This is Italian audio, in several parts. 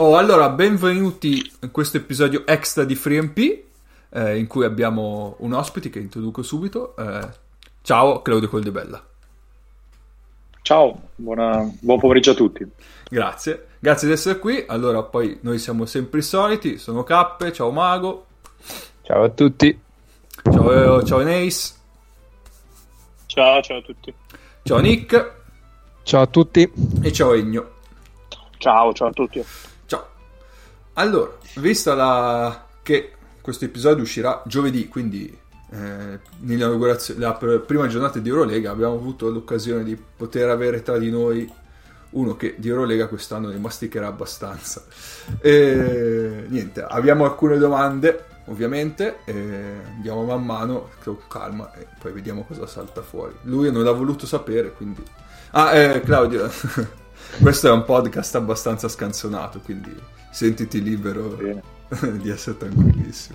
Allora, benvenuti in questo episodio extra di FreeMP, in cui abbiamo un ospite che introduco subito. Ciao, Claudio Coldebella. Ciao, buon pomeriggio a tutti. Grazie di essere qui. Allora, poi noi siamo sempre i soliti. Sono Cappe, ciao Mago. Ciao a tutti. Ciao Eneis. Ciao a tutti. Ciao Nick. Ciao a tutti. E ciao Egno. Ciao a tutti. Ciao. Allora, vista che questo episodio uscirà giovedì, quindi nell'inaugurazione, la prima giornata di Eurolega, abbiamo avuto l'occasione di poter avere tra di noi uno che di Eurolega quest'anno ne masticherà abbastanza. Niente, abbiamo alcune domande, ovviamente, andiamo man mano, con calma, e poi vediamo cosa salta fuori. Lui non l'ha voluto sapere, quindi... Claudio, questo è un podcast abbastanza scanzonato, quindi sentiti libero di essere tranquillissimo.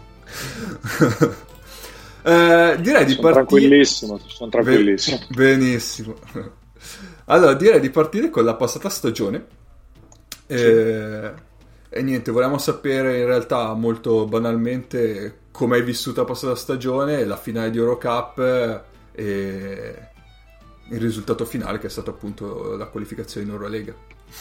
Direi di partire... Sono tranquillissimo. Benissimo. Allora, direi di partire con la passata stagione. E niente, volevamo sapere in realtà molto banalmente come hai vissuto la passata stagione, la finale di Eurocup e il risultato finale, che è stato appunto la qualificazione in Eurolega.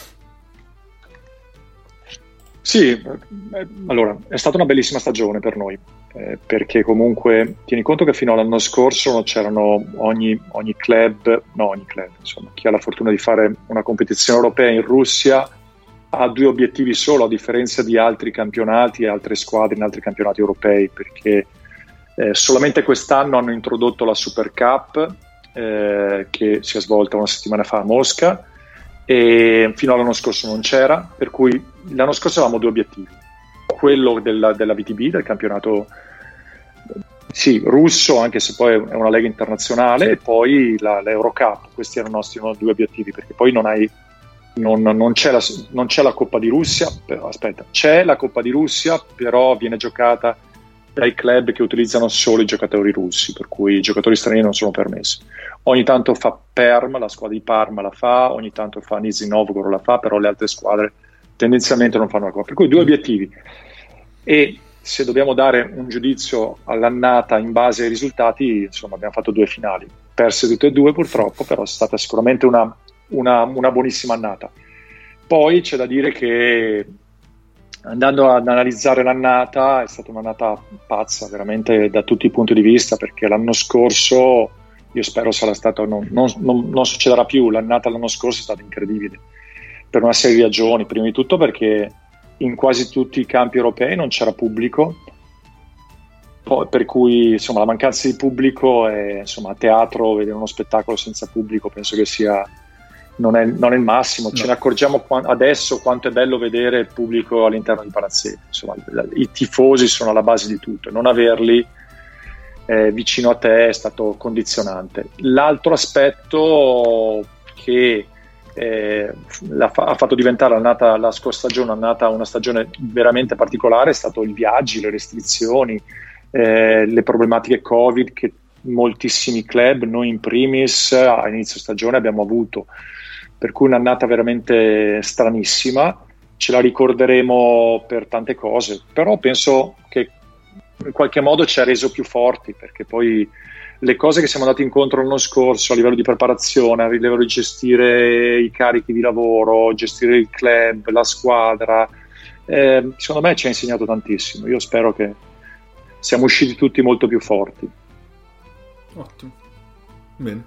Sì, allora, è stata una bellissima stagione per noi, perché comunque tieni conto che fino all'anno scorso c'erano ogni club, insomma, chi ha la fortuna di fare una competizione europea in Russia ha due obiettivi solo, a differenza di altri campionati e altre squadre in altri campionati europei, perché solamente quest'anno hanno introdotto la Super Cup, che si è svolta una settimana fa a Mosca, e fino all'anno scorso non c'era, per cui l'anno scorso avevamo due obiettivi: quello della VTB, del campionato russo, anche se poi è una lega internazionale, e poi l'Eurocup. Questi erano i nostri due obiettivi, perché poi non c'è la Coppa di Russia, c'è la Coppa di Russia, però viene giocata dai club che utilizzano solo i giocatori russi, per cui i giocatori stranieri non sono permessi. Ogni tanto fa Perm, la squadra di Parma la fa, ogni tanto fa Nizhny Novgorod la fa, però le altre squadre tendenzialmente non fanno la Coppa. Per cui due obiettivi. E se dobbiamo dare un giudizio all'annata in base ai risultati, insomma, abbiamo fatto due finali, perse tutte e due purtroppo, però è stata sicuramente una buonissima annata. Poi c'è da dire che, andando ad analizzare l'annata, è stata un'annata pazza veramente da tutti i punti di vista, perché l'anno scorso, io spero sarà stato, non succederà più, l'annata l'anno scorso è stata incredibile per una serie di ragioni. Prima di tutto perché in quasi tutti i campi europei non c'era pubblico, per cui insomma la mancanza di pubblico è, insomma, a teatro vedere uno spettacolo senza pubblico penso che non è il massimo. Ce ne accorgiamo adesso quanto è bello vedere il pubblico all'interno di palazzetti. Insomma, i tifosi sono alla base di tutto, non averli vicino a te è stato condizionante. L'altro aspetto che ha fatto diventare la scorsa stagione una stagione veramente particolare è stato i viaggi, le restrizioni, le problematiche Covid che moltissimi club, noi in primis, a inizio stagione abbiamo avuto, per cui un'annata veramente stranissima. Ce la ricorderemo per tante cose, però penso che in qualche modo ci ha reso più forti, perché poi le cose che siamo andati incontro l'anno scorso a livello di preparazione, a livello di gestire i carichi di lavoro, gestire il club, la squadra, secondo me ci ha insegnato tantissimo. Io spero che siamo usciti tutti molto più forti. Ottimo, bene.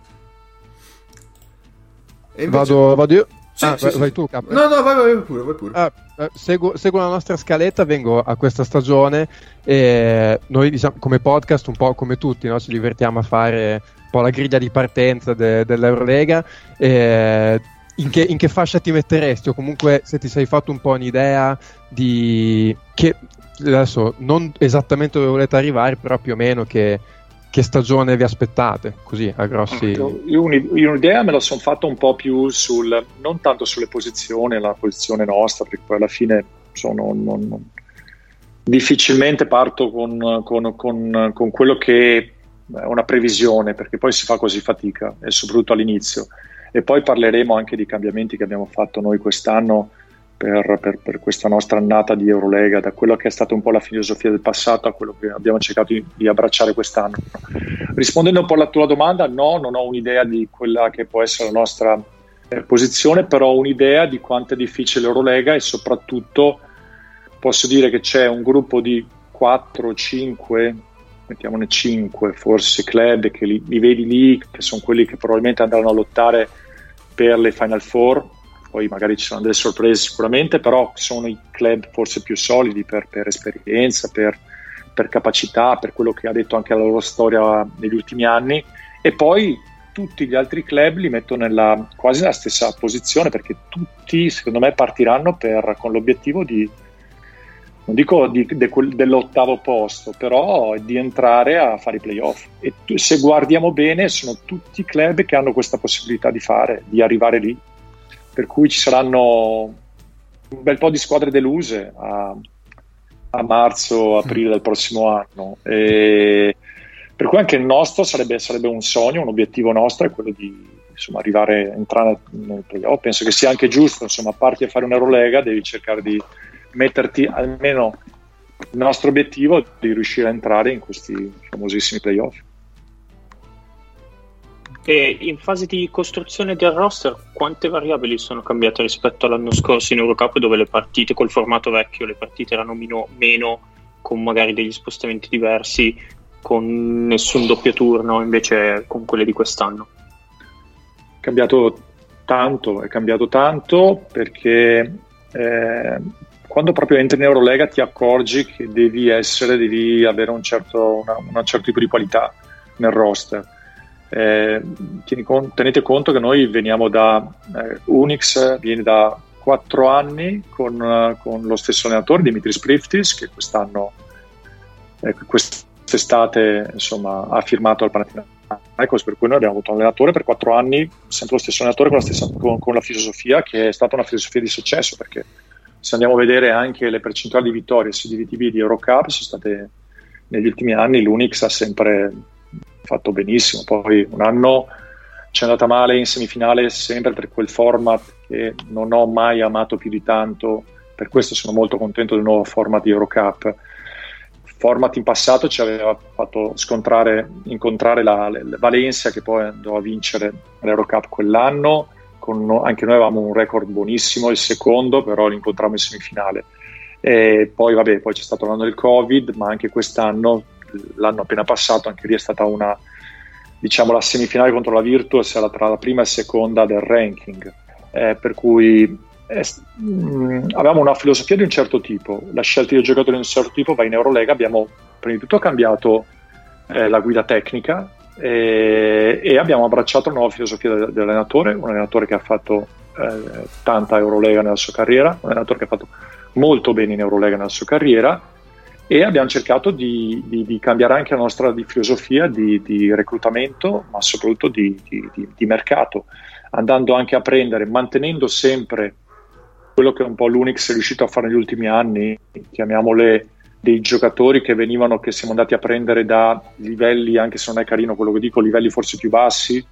E invece... Vado io? Vai tu, Cap. No, vai pure. Seguo la nostra scaletta, vengo a questa stagione e noi, diciamo, come podcast, un po' come tutti, no? Ci divertiamo a fare un po' la griglia di partenza dell'Eurolega. In che fascia ti metteresti, o comunque se ti sei fatto un po' un'idea di che adesso non esattamente dove volete arrivare, però più o meno che stagione vi aspettate, così a grossi... Io un'idea me la sono fatta un po' più non tanto sulle posizioni, la posizione nostra, perché poi alla fine difficilmente parto con quello che è una previsione, perché poi si fa così fatica, e soprattutto all'inizio. E poi parleremo anche di cambiamenti che abbiamo fatto noi quest'anno per questa nostra annata di Eurolega, da quello che è stata un po' la filosofia del passato a quello che abbiamo cercato di abbracciare quest'anno. Rispondendo un po' alla tua domanda, no, non ho un'idea di quella che può essere la nostra posizione, però ho un'idea di quanto è difficile l'Eurolega, e soprattutto posso dire che c'è un gruppo di 4, 5, mettiamone 5 forse club che li vedi lì, che sono quelli che probabilmente andranno a lottare per le Final Four. Poi magari ci sono delle sorprese sicuramente, però sono i club forse più solidi per esperienza, per capacità, per quello che ha detto anche la loro storia negli ultimi anni. E poi tutti gli altri club li metto quasi nella stessa posizione, perché tutti secondo me partiranno con l'obiettivo non dico dell'8º posto, però di entrare a fare i playoff. E se guardiamo bene sono tutti club che hanno questa possibilità di arrivare lì, per cui ci saranno un bel po' di squadre deluse a marzo, aprile del prossimo anno, e per cui anche il nostro sarebbe un sogno, un obiettivo nostro è quello di entrare nel playoff. Penso che sia anche giusto, a parte a fare un'Eurolega devi cercare di metterti almeno il nostro obiettivo di riuscire a entrare in questi famosissimi playoff. E in fase di costruzione del roster, quante variabili sono cambiate rispetto all'anno scorso in Eurocup, dove le partite col formato vecchio, le partite erano meno, con magari degli spostamenti diversi, con nessun doppio turno, invece con quelle di quest'anno? È cambiato tanto perché quando proprio entri in Eurolega ti accorgi che devi avere un certo tipo di qualità nel roster. Tenete conto che noi veniamo da Unix, viene da 4 anni con lo stesso allenatore, Dimitris Priftis, che quest'estate ha firmato al Panathinaikos, per cui noi abbiamo avuto un allenatore per 4 anni, sempre lo stesso allenatore con la filosofia, che è stata una filosofia di successo, perché se andiamo a vedere anche le percentuali di vittorie sui DVTV di Eurocup sono state negli ultimi anni, l'Unix ha sempre fatto benissimo. Poi un anno ci è andata male in semifinale sempre per quel format che non ho mai amato più di tanto, per questo sono molto contento del nuovo format di Eurocup. Il format in passato ci aveva fatto incontrare la Valencia, che poi andò a vincere l'Eurocup quell'anno, anche noi avevamo un record buonissimo, il secondo, però l'incontrammo in semifinale. E poi poi c'è stato l'anno del Covid, ma anche quest'anno, l'anno appena passato, anche lì è stata la semifinale contro la Virtus era tra la prima e seconda del ranking, per cui avevamo una filosofia di un certo tipo, la scelta di giocatori di un certo tipo. Va in Eurolega, abbiamo prima di tutto cambiato la guida tecnica e abbiamo abbracciato la nuova filosofia dell'allenatore, un allenatore che ha fatto tanta Eurolega nella sua carriera, un allenatore che ha fatto molto bene in Eurolega nella sua carriera, e abbiamo cercato di cambiare anche la nostra filosofia di reclutamento, ma soprattutto di mercato, andando anche a prendere, mantenendo sempre quello che un po' l'Unix è riuscito a fare negli ultimi anni, chiamiamole dei giocatori che siamo andati a prendere da livelli, anche se non è carino quello che dico, livelli forse più bassi,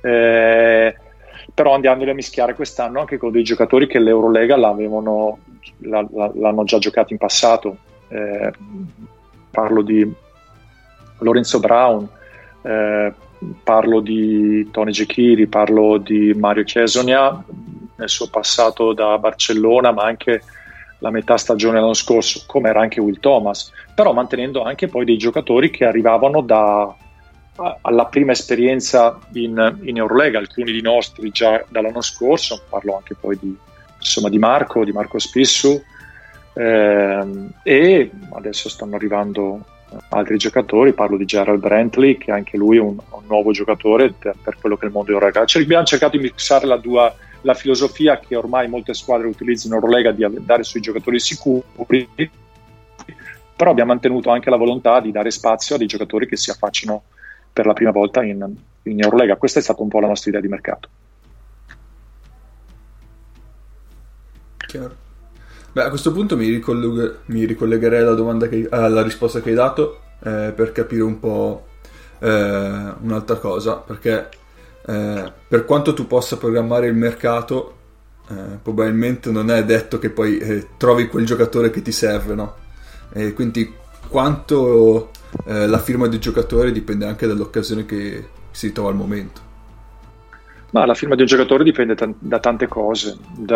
però andandoli a mischiare quest'anno anche con dei giocatori che l'Eurolega l'hanno già giocato in passato. Parlo di Lorenzo Brown, parlo di Tony Gechiri, parlo di Mario Chesonia nel suo passato da Barcellona, ma anche la metà stagione l'anno scorso, come era anche Will Thomas, però mantenendo anche poi dei giocatori che arrivavano alla prima esperienza in Eurolega, alcuni di nostri già dall'anno scorso. Parlo anche poi di Marco Spissu, e adesso stanno arrivando altri giocatori. Parlo di Gerald Brantley, che anche lui è un nuovo giocatore per quello che è il mondo Eurolega. Abbiamo cercato di mixare la filosofia che ormai molte squadre utilizzano in Eurolega, di andare sui giocatori sicuri, però abbiamo mantenuto anche la volontà di dare spazio a dei giocatori che si affacciano per la prima volta in Eurolega. Questa è stata un po' la nostra idea di mercato. Chiaro. Beh, a questo punto mi ricollegherei alla risposta che hai dato, per capire un po' un'altra cosa, perché per quanto tu possa programmare il mercato, probabilmente non è detto che poi trovi quel giocatore che ti serve, no? E quindi quanto la firma del giocatore dipende anche dall'occasione che si trova al momento. Ma la firma di un giocatore dipende da tante cose,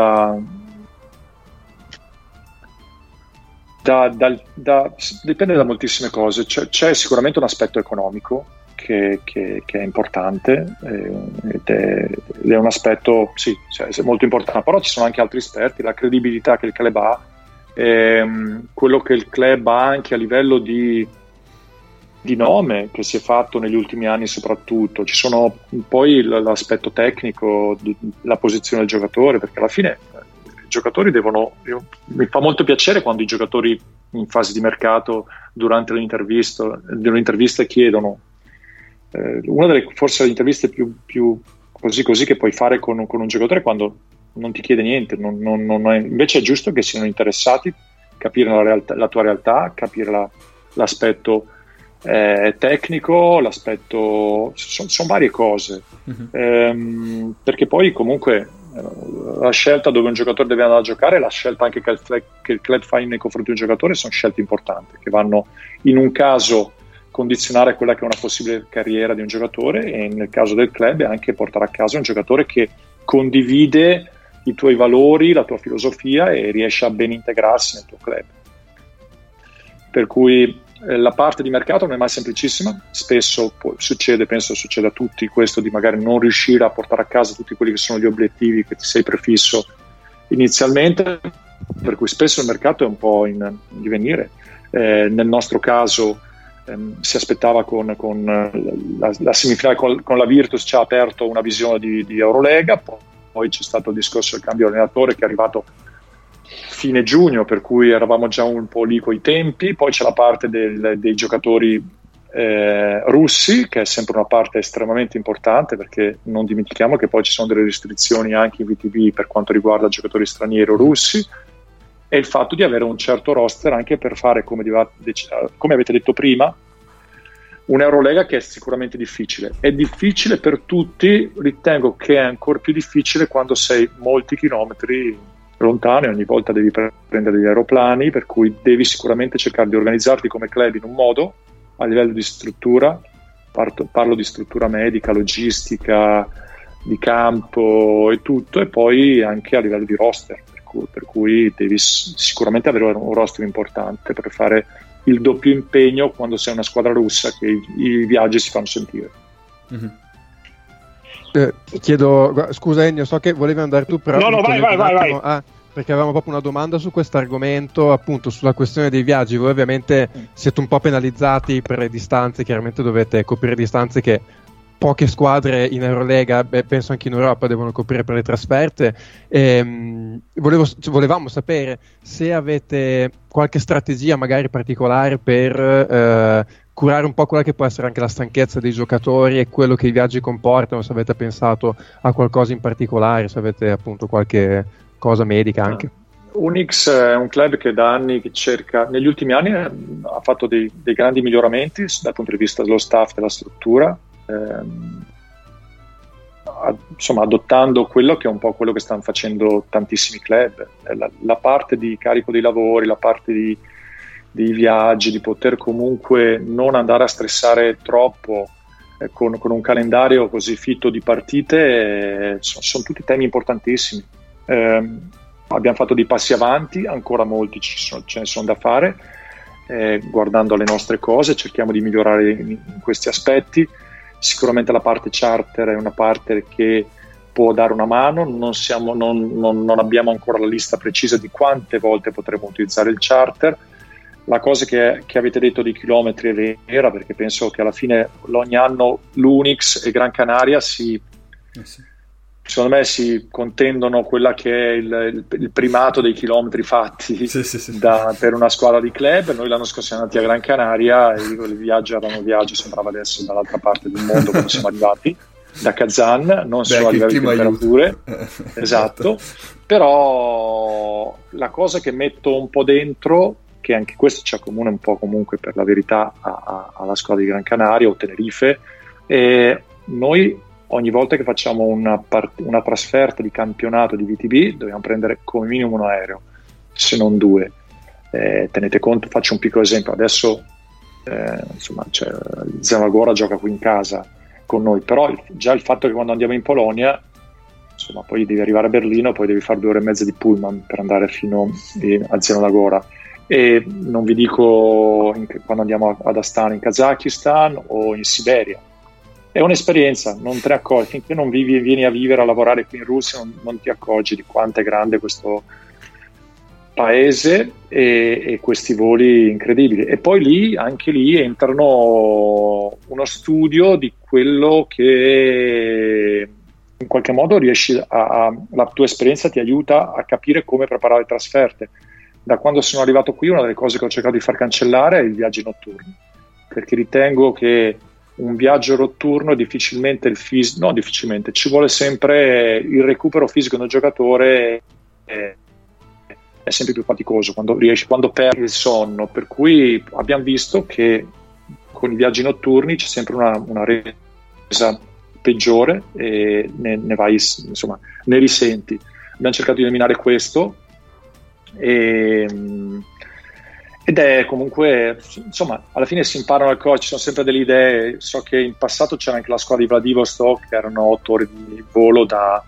dipende da moltissime cose. C'è sicuramente un aspetto economico che è importante, ed è un aspetto, sì, è molto importante, però ci sono anche altri aspetti, la credibilità che il club ha, quello che il club ha anche a livello di nome che si è fatto negli ultimi anni. Soprattutto ci sono poi l'aspetto tecnico, la posizione del giocatore, perché alla fine i giocatori mi fa molto piacere quando i giocatori in fase di mercato durante le interviste chiedono, una delle forse le interviste più così che puoi fare con un giocatore, quando non ti chiede niente, invece è giusto che siano interessati, capire la tua realtà, capire l'aspetto tecnico, l'aspetto, sono varie cose, perché poi comunque la scelta dove un giocatore deve andare a giocare, la scelta anche che il club fa nei confronti di un giocatore, sono scelte importanti che vanno in un caso condizionare quella che è una possibile carriera di un giocatore, e nel caso del club è anche portare a casa un giocatore che condivide i tuoi valori, la tua filosofia, e riesce a ben integrarsi nel tuo club. Per cui la parte di mercato non è mai semplicissima, spesso succede, penso succeda a tutti, questo di magari non riuscire a portare a casa tutti quelli che sono gli obiettivi che ti sei prefisso inizialmente, per cui spesso il mercato è un po' in divenire. Nel nostro caso si aspettava con la semifinale con la Virtus, ci ha aperto una visione di Eurolega, poi c'è stato il discorso del cambio allenatore che è arrivato fine giugno, per cui eravamo già un po' lì coi tempi. Poi c'è la parte dei giocatori russi, che è sempre una parte estremamente importante, perché non dimentichiamo che poi ci sono delle restrizioni anche in VTB per quanto riguarda giocatori stranieri o russi, e il fatto di avere un certo roster anche per fare, come avete detto prima, un'Eurolega che è sicuramente difficile. È difficile per tutti, ritengo che è ancora più difficile quando sei molti chilometri lontano e ogni volta devi prendere degli aeroplani, per cui devi sicuramente cercare di organizzarti come club in un modo, a livello di struttura, parlo di struttura medica, logistica, di campo e tutto, e poi anche a livello di roster, per cui devi sicuramente avere un roster importante per fare il doppio impegno quando sei una squadra russa, che i viaggi si fanno sentire. Mm-hmm. Chiedo scusa Ennio, so che volevi andare tu, però no, vai. Perché avevamo proprio una domanda su questo argomento, appunto sulla questione dei viaggi. Voi ovviamente siete un po' penalizzati per le distanze, chiaramente dovete coprire distanze che poche squadre in Eurolega, penso anche in Europa, devono coprire per le trasferte. Volevamo sapere se avete qualche strategia magari particolare per curare un po' quella che può essere anche la stanchezza dei giocatori e quello che i viaggi comportano, se avete pensato a qualcosa in particolare, se avete appunto qualche cosa medica anche. Unix è un club che da anni cerca, negli ultimi anni ha fatto dei grandi miglioramenti dal punto di vista dello staff, della struttura, insomma adottando quello che è un po' quello che stanno facendo tantissimi club, la parte di carico dei lavori, la parte dei viaggi, di poter comunque non andare a stressare troppo con un calendario così fitto di partite, sono tutti temi importantissimi. Abbiamo fatto dei passi avanti, ancora molti ce ne sono da fare, guardando le nostre cose cerchiamo di migliorare in questi aspetti. Sicuramente la parte charter è una parte che può dare una mano, non abbiamo ancora la lista precisa di quante volte potremo utilizzare il charter. La cosa che avete detto dei chilometri è vera, perché penso che alla fine ogni anno l'Unix e Gran Canaria secondo me si contendono quella che è il primato dei chilometri fatti per una squadra di club. Noi l'anno scorso siamo andati a Gran Canaria e il viaggio sembrava adesso dall'altra parte del mondo quando siamo arrivati da Kazan, non solo a livello di temperature, esatto, però la cosa che metto un po' dentro, che anche questo ci accomuna un po' comunque per la verità alla squadra di Gran Canaria o Tenerife, e noi ogni volta che facciamo una trasferta di campionato di VTB dobbiamo prendere come minimo un aereo, se non due. Tenete conto, faccio un piccolo esempio, adesso insomma Zemagora gioca qui in casa con noi, però già il fatto che quando andiamo in Polonia, insomma, poi devi arrivare a Berlino, poi devi fare 2 ore e mezza di pullman per andare fino a Zemagora, e non vi dico quando andiamo ad Astana in Kazakistan o in Siberia. È un'esperienza, non te ne accorgi finché non vieni a vivere, a lavorare qui in Russia, non ti accorgi di quanto è grande questo paese e questi voli incredibili. E poi anche lì entrano uno studio di quello che in qualche modo riesci la tua esperienza ti aiuta a capire come preparare le trasferte. Da quando sono arrivato qui, una delle cose che ho cercato di far cancellare è i viaggi notturni, perché ritengo che un viaggio notturno difficilmente ci vuole sempre il recupero fisico del giocatore, è sempre più faticoso quando perdi il sonno, per cui abbiamo visto che con i viaggi notturni c'è sempre una resa peggiore e ne risenti. Abbiamo cercato di eliminare questo ed è comunque, insomma, alla fine si imparano le cose, ci sono sempre delle idee. So che in passato c'era anche la squadra di Vladivostok, che erano 8 ore di volo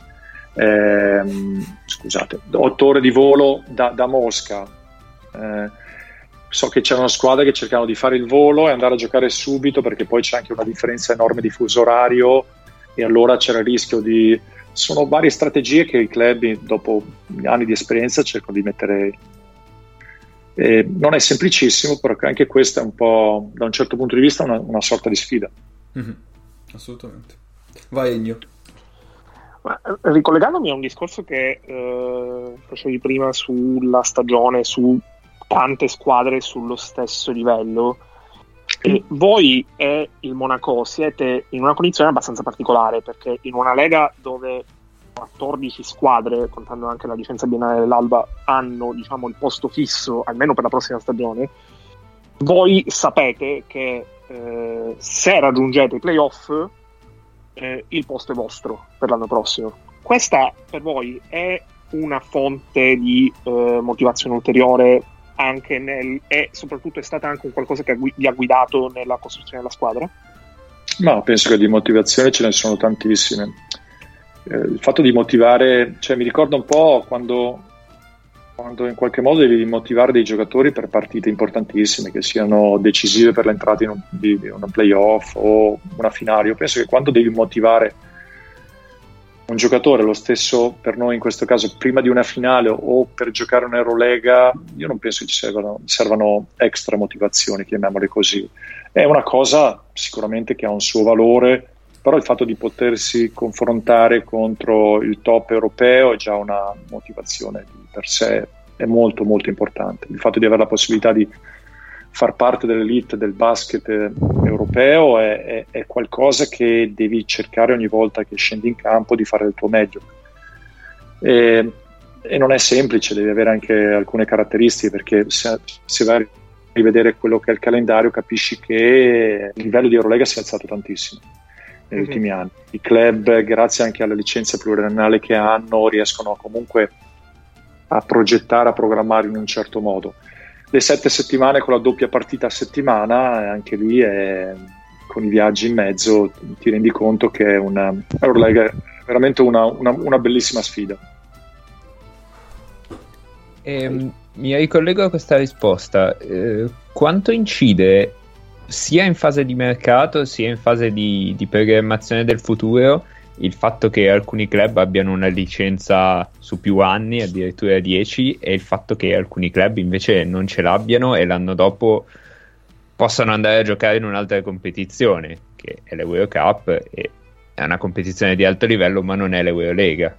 8 ore di volo da Mosca. So che c'erano squadre che cercavano di fare il volo e andare a giocare subito, perché poi c'è anche una differenza enorme di fuso orario e allora c'era il rischio sono varie strategie che i club dopo anni di esperienza cercano di mettere. Non è semplicissimo, però anche questa è un po', da un certo punto di vista, una sorta di sfida. Mm-hmm. Assolutamente. Vai Ennio. Ma, ricollegandomi a un discorso che facevi prima sulla stagione, su tante squadre sullo stesso livello, e voi e il Monaco siete in una condizione abbastanza particolare, perché in una lega dove 14 squadre, contando anche la licenza biennale dell'Alba, hanno, diciamo, il posto fisso almeno per la prossima stagione, voi sapete che se raggiungete i playoff il posto è vostro per l'anno prossimo. Questa per voi è una fonte di motivazione ulteriore, anche e soprattutto è stata anche un qualcosa che vi ha guidato nella costruzione della squadra? No, penso che di motivazioni ce ne sono tantissime. Il fatto di motivare, mi ricorda un po' quando in qualche modo devi motivare dei giocatori per partite importantissime che siano decisive per l'entrata di una playoff o una finale. Io penso che quando devi motivare un giocatore, lo stesso per noi in questo caso, prima di una finale o per giocare un'Eurolega, io non penso che ci servano extra motivazioni, chiamiamole così. È una cosa sicuramente che ha un suo valore, però il fatto di potersi confrontare contro il top europeo è già una motivazione di per sé, è molto molto importante. Il fatto di avere la possibilità di far parte dell'elite del basket europeo è qualcosa che devi cercare ogni volta che scendi in campo, di fare del tuo meglio, e non è semplice, devi avere anche alcune caratteristiche, perché se vai a rivedere quello che è il calendario capisci che il livello di Eurolega si è alzato tantissimo negli ultimi anni. I club, grazie anche alla licenza pluriennale che hanno, riescono comunque a progettare, a programmare in un certo modo. Le 7 settimane con la doppia partita a settimana, anche lì con i viaggi in mezzo ti rendi conto che è Eurolega è veramente una bellissima sfida. Mi ricollego a questa risposta. Quanto incide sia in fase di mercato sia in fase di programmazione del futuro il fatto che alcuni club abbiano una licenza su più anni, addirittura 10, e il fatto che alcuni club invece non ce l'abbiano e l'anno dopo possano andare a giocare in un'altra competizione, che è l'Eurocup, e è una competizione di alto livello ma non è l'Eurolega?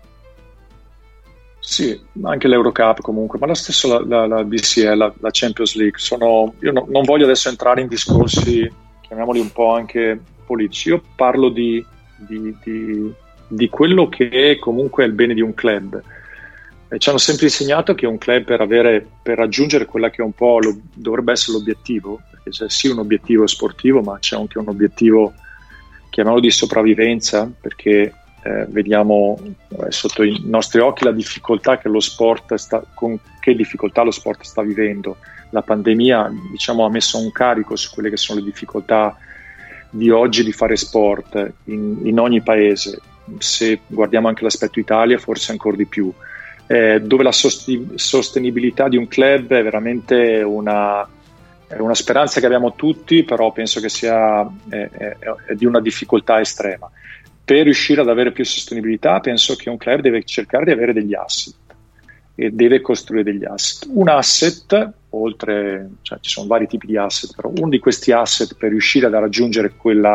Sì, anche l'Eurocup comunque, ma lo stesso la BCL, la Champions League. Io non voglio adesso entrare in discorsi, chiamiamoli un po' anche politici. Io parlo di quello che è comunque il bene di un club. Ci hanno sempre insegnato che un club per raggiungere quella che è un po' dovrebbe essere l'obiettivo, perché c'è sì un obiettivo sportivo, ma c'è anche un obiettivo chiamiamolo di sopravvivenza, perché vediamo sotto i nostri occhi la difficoltà che lo sport con che difficoltà lo sport sta vivendo. La pandemia, diciamo, ha messo un carico su quelle che sono le difficoltà di oggi di fare sport in ogni paese. Se guardiamo anche l'aspetto Italia, forse ancora di più, dove la sostenibilità di un club è veramente una speranza che abbiamo tutti, però penso che sia di una difficoltà estrema. Per riuscire ad avere più sostenibilità, penso che un club deve cercare di avere degli asset e deve costruire degli asset. Un asset, ci sono vari tipi di asset, però uno di questi asset per riuscire ad raggiungere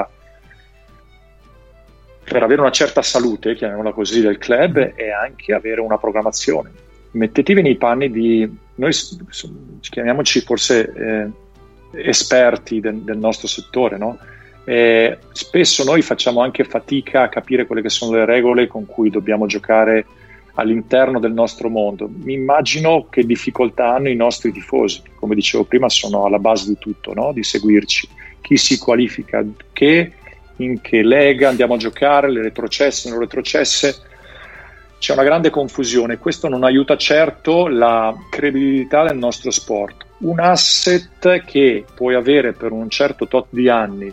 per avere una certa salute, chiamiamola così, del club, è anche avere una programmazione. Mettetevi nei panni di noi, chiamiamoci forse esperti del nostro settore, no? Spesso noi facciamo anche fatica a capire quelle che sono le regole con cui dobbiamo giocare all'interno del nostro mondo. Mi immagino che difficoltà hanno i nostri tifosi, che, come dicevo prima, sono alla base di tutto, no? Di seguirci, chi si qualifica, in che lega andiamo a giocare, le retrocesse, non retrocesse. C'è una grande confusione, questo non aiuta certo la credibilità del nostro sport. Un asset che puoi avere per un certo tot di anni,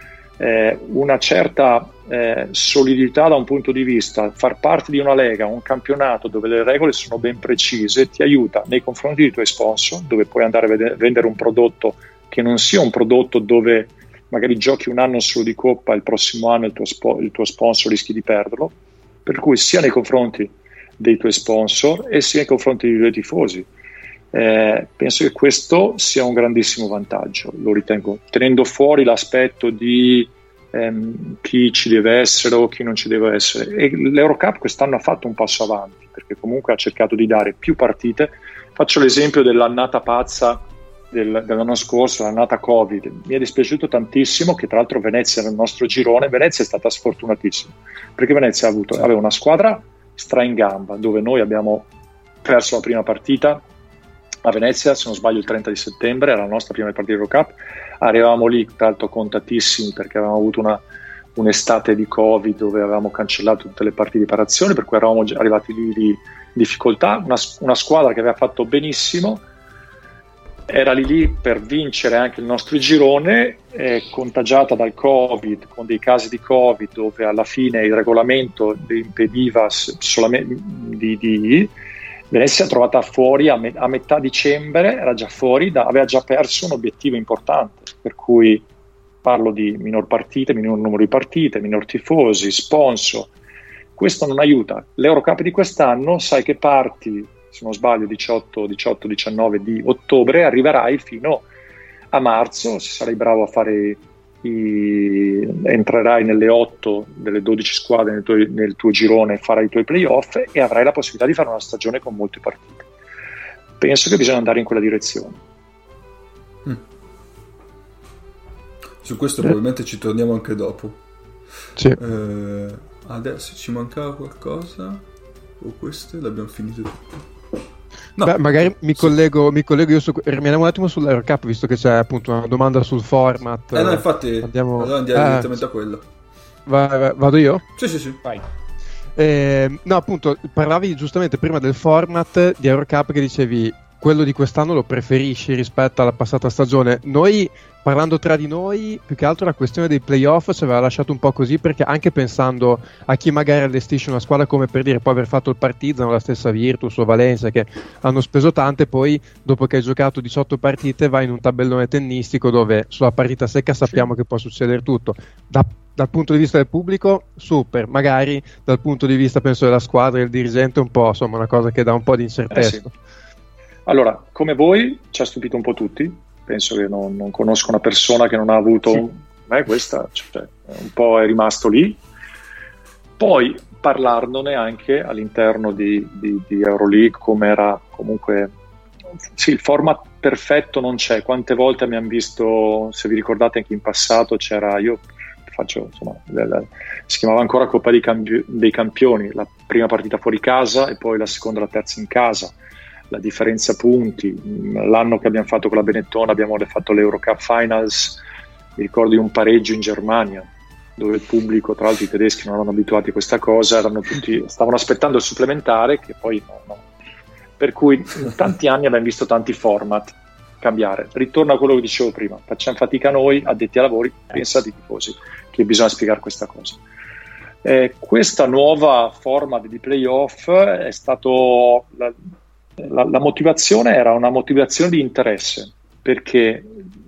una certa solidità da un punto di vista, far parte di una lega, un campionato dove le regole sono ben precise, ti aiuta nei confronti dei tuoi sponsor, dove puoi andare a vendere un prodotto che non sia un prodotto dove magari giochi un anno solo di coppa, il prossimo anno il tuo sponsor rischi di perderlo, per cui sia nei confronti dei tuoi sponsor e sia nei confronti dei tuoi tifosi. Penso che questo sia un grandissimo vantaggio, lo ritengo, tenendo fuori l'aspetto di chi ci deve essere o chi non ci deve essere. E l'Eurocup quest'anno ha fatto un passo avanti, perché comunque ha cercato di dare più partite. Faccio l'esempio dell'annata pazza dell'anno scorso, l'annata Covid. Mi è dispiaciuto tantissimo che tra l'altro Venezia nel nostro girone, Venezia è stata sfortunatissima, perché Venezia aveva una squadra stra in gamba, dove noi abbiamo perso la prima partita a Venezia, se non sbaglio il 30 di settembre, era la nostra prima partita di Eurocup. Arrivavamo lì tra l'altro contatissimi, perché avevamo avuto un'estate di Covid dove avevamo cancellato tutte le partite di preparazione, per cui eravamo arrivati lì di difficoltà. Una squadra che aveva fatto benissimo, era lì per vincere anche il nostro girone, contagiata dal Covid, con dei casi di Covid dove alla fine il regolamento impediva solamente Venezia è trovata fuori a metà dicembre, era già fuori, aveva già perso un obiettivo importante, per cui parlo di minor partite, minor numero di partite, minor tifosi, sponsor. Questo non aiuta. L'Eurocup di quest'anno, sai che parti, se non sbaglio 18-19 di ottobre, arriverai fino a marzo, se sarai bravo a fare entrerai nelle 8 delle 12 squadre nel tuo girone, farai i tuoi playoff e avrai la possibilità di fare una stagione con molte partite. Penso che bisogna andare in quella direzione. Su questo probabilmente ci torniamo anche dopo. Sì. Adesso ci mancava qualcosa o queste l'abbiamo finite tutte? No. Beh, magari mi collego io rimaniamo un attimo sull'Eurocup, visto che c'è appunto una domanda sul format. No, infatti andiamo direttamente a quello. Vado io? Sì. Vai. No, appunto, parlavi giustamente prima del format di Eurocup, che dicevi quello di quest'anno lo preferisci rispetto alla passata stagione. Noi, parlando tra di noi, più che altro la questione dei playoff ci aveva lasciato un po' così, perché anche pensando a chi magari allestisce una squadra, come per dire, può aver fatto il Partizan o la stessa Virtus o Valencia, che hanno speso tante, poi dopo che hai giocato 18 partite vai in un tabellone tennistico dove sulla partita secca sappiamo che può succedere tutto. Dal punto di vista del pubblico, super, magari dal punto di vista, penso, della squadra e del dirigente, un po', insomma, una cosa che dà un po' di incertezza. Sì. Allora, come voi, ci ha stupito un po' tutti. Penso che non conosco una persona che non ha avuto questa, cioè, un po' è rimasto lì. Poi parlarne anche all'interno di Euroleague, come era comunque. Sì, il format perfetto non c'è. Quante volte abbiamo visto, se vi ricordate anche in passato, c'era, si chiamava ancora Coppa dei Campioni, la prima partita fuori casa e poi la seconda e la terza in casa. La differenza punti, l'anno che abbiamo fatto con la Benetton abbiamo fatto l'Eurocup Finals, mi ricordo di un pareggio in Germania, dove il pubblico, tra l'altro i tedeschi non erano abituati a questa cosa, stavano aspettando il supplementare, che poi no. Per cui in tanti anni abbiamo visto tanti format cambiare. Ritorno a quello che dicevo prima, facciamo fatica noi addetti ai lavori, pensate ai tifosi che bisogna spiegare questa cosa. Questa nuova format di playoff è stato la motivazione era una motivazione di interesse, perché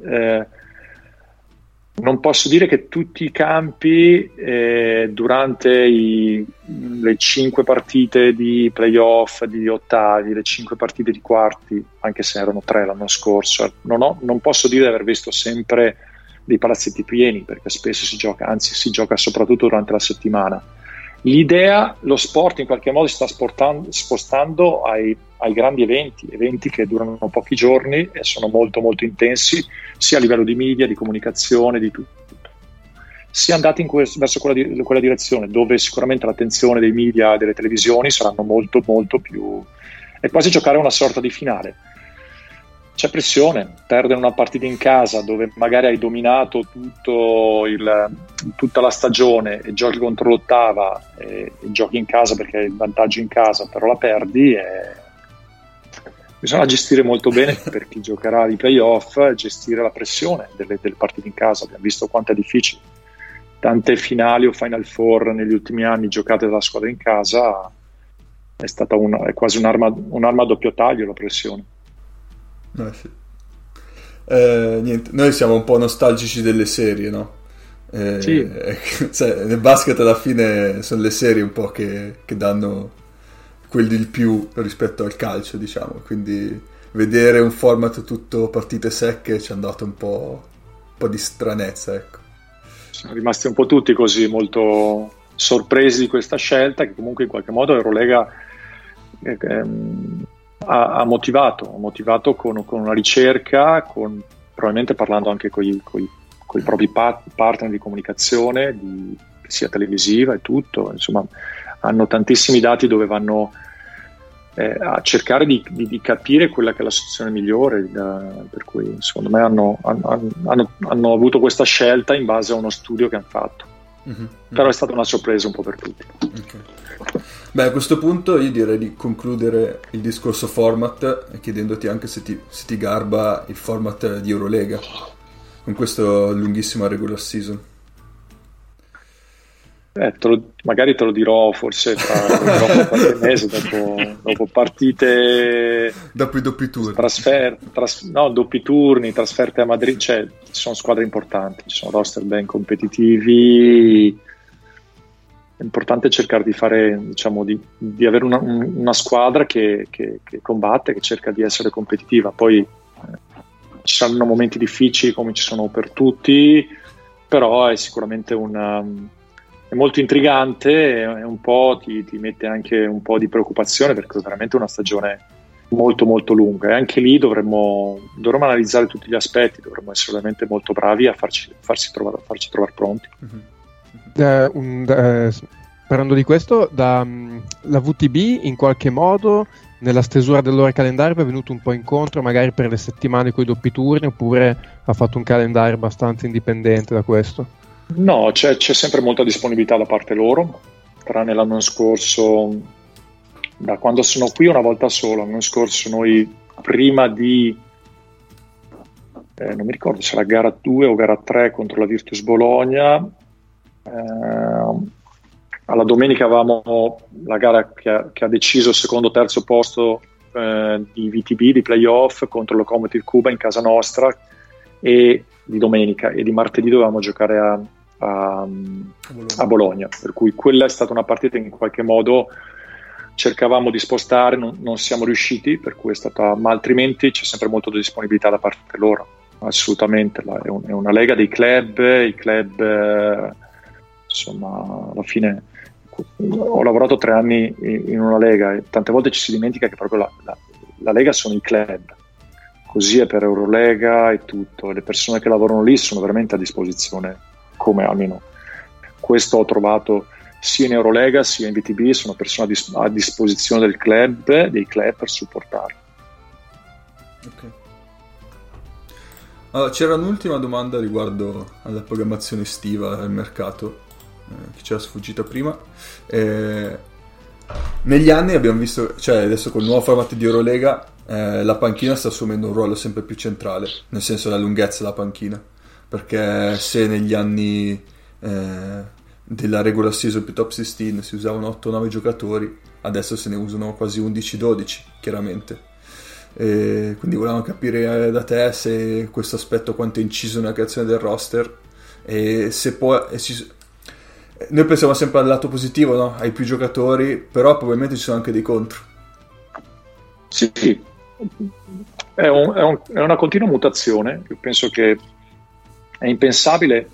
non posso dire che tutti i campi durante le 5 partite di playoff, di ottavi, le 5 partite di quarti, anche se erano 3 l'anno scorso, non posso dire di aver visto sempre dei palazzetti pieni, perché spesso si gioca soprattutto durante la settimana. L'idea, lo sport in qualche modo si sta spostando ai grandi eventi che durano pochi giorni e sono molto molto intensi, sia a livello di media, di comunicazione, di tutto. Si è andati verso quella direzione, dove sicuramente l'attenzione dei media e delle televisioni saranno molto molto più... è quasi giocare una sorta di finale. C'è pressione, perdere una partita in casa dove magari hai dominato tutta la stagione e giochi contro l'ottava e giochi in casa perché hai il vantaggio in casa, però la perdi, bisogna gestire molto bene per chi giocherà i playoff, gestire la pressione delle partite in casa. Abbiamo visto quanto è difficile, tante finali o Final Four negli ultimi anni giocate dalla squadra in casa, è quasi un'arma a doppio taglio la pressione. Sì. Niente, noi siamo un po' nostalgici delle serie, no? Sì. Nel basket alla fine sono le serie un po' che danno quel di più rispetto al calcio, diciamo, quindi vedere un format tutto partite secche ci ha dato un po' di stranezza, ecco. Siamo rimasti un po' tutti così molto sorpresi di questa scelta, che comunque in qualche modo Eurolega ha motivato con una ricerca, probabilmente parlando anche con i propri partner di comunicazione, sia televisiva e tutto, insomma hanno tantissimi dati dove vanno a cercare di capire quella che è la soluzione migliore, per cui secondo me hanno avuto questa scelta in base a uno studio che hanno fatto. Però è stata una sorpresa un po' per tutti. Okay. Beh, a questo punto io direi di concludere il discorso format chiedendoti anche se ti garba il format di Eurolega con questo lunghissima regular season. Magari te lo dirò forse tra qualche mese, dopo partite, dopo i doppi turni, doppi turni, trasferte a Madrid, cioè ci sono squadre importanti, ci sono roster ben competitivi. È importante cercare di fare, diciamo, di avere una squadra che combatte, che cerca di essere competitiva. Poi ci saranno momenti difficili come ci sono per tutti, però è sicuramente è molto intrigante e un po' ti mette anche un po' di preoccupazione, perché è veramente una stagione molto molto lunga e anche lì dovremmo analizzare tutti gli aspetti, dovremmo essere veramente molto bravi a farci trovare pronti. Parlando di questo, la VTB in qualche modo nella stesura del loro calendario è venuto un po' incontro magari per le settimane con i doppi turni, oppure ha fatto un calendario abbastanza indipendente da questo? No, c'è sempre molta disponibilità da parte loro, tranne l'anno scorso, da quando sono qui una volta sola. L'anno scorso noi prima di non mi ricordo se era gara 2 o gara 3 contro la Virtus Bologna, alla domenica avevamo la gara che ha deciso il secondo o terzo posto di VTB, di playoff, contro Lokomotiv Cuba in casa nostra, e di domenica, e di martedì dovevamo giocare a Bologna, per cui quella è stata una partita in qualche modo cercavamo di spostare, non siamo riusciti, per cui è stata, ma altrimenti c'è sempre molto di disponibilità da parte loro, assolutamente. È una lega dei club, i club insomma, alla fine ho lavorato 3 anni in una lega e tante volte ci si dimentica che proprio la lega sono i club, così è per Eurolega e tutto, e le persone che lavorano lì sono veramente a disposizione, come almeno questo ho trovato sia in Eurolega sia in VTB, sono persone a disposizione dei club per supportarli. Okay. Allora, c'era un'ultima domanda riguardo alla programmazione estiva al mercato, che c'era sfuggita prima. Negli anni abbiamo visto, cioè adesso con il nuovo formato di Eurolega, la panchina sta assumendo un ruolo sempre più centrale, nel senso la lunghezza della panchina, perché se negli anni della regular season più top 16 si usavano 8-9 giocatori, adesso se ne usano quasi 11-12 chiaramente. Quindi volevamo capire da te se questo aspetto quanto è inciso nella creazione del roster, e se può noi pensiamo sempre al lato positivo, no? Hai più giocatori, però probabilmente ci sono anche dei contro. Sì, è una continua mutazione. Io penso che è impensabile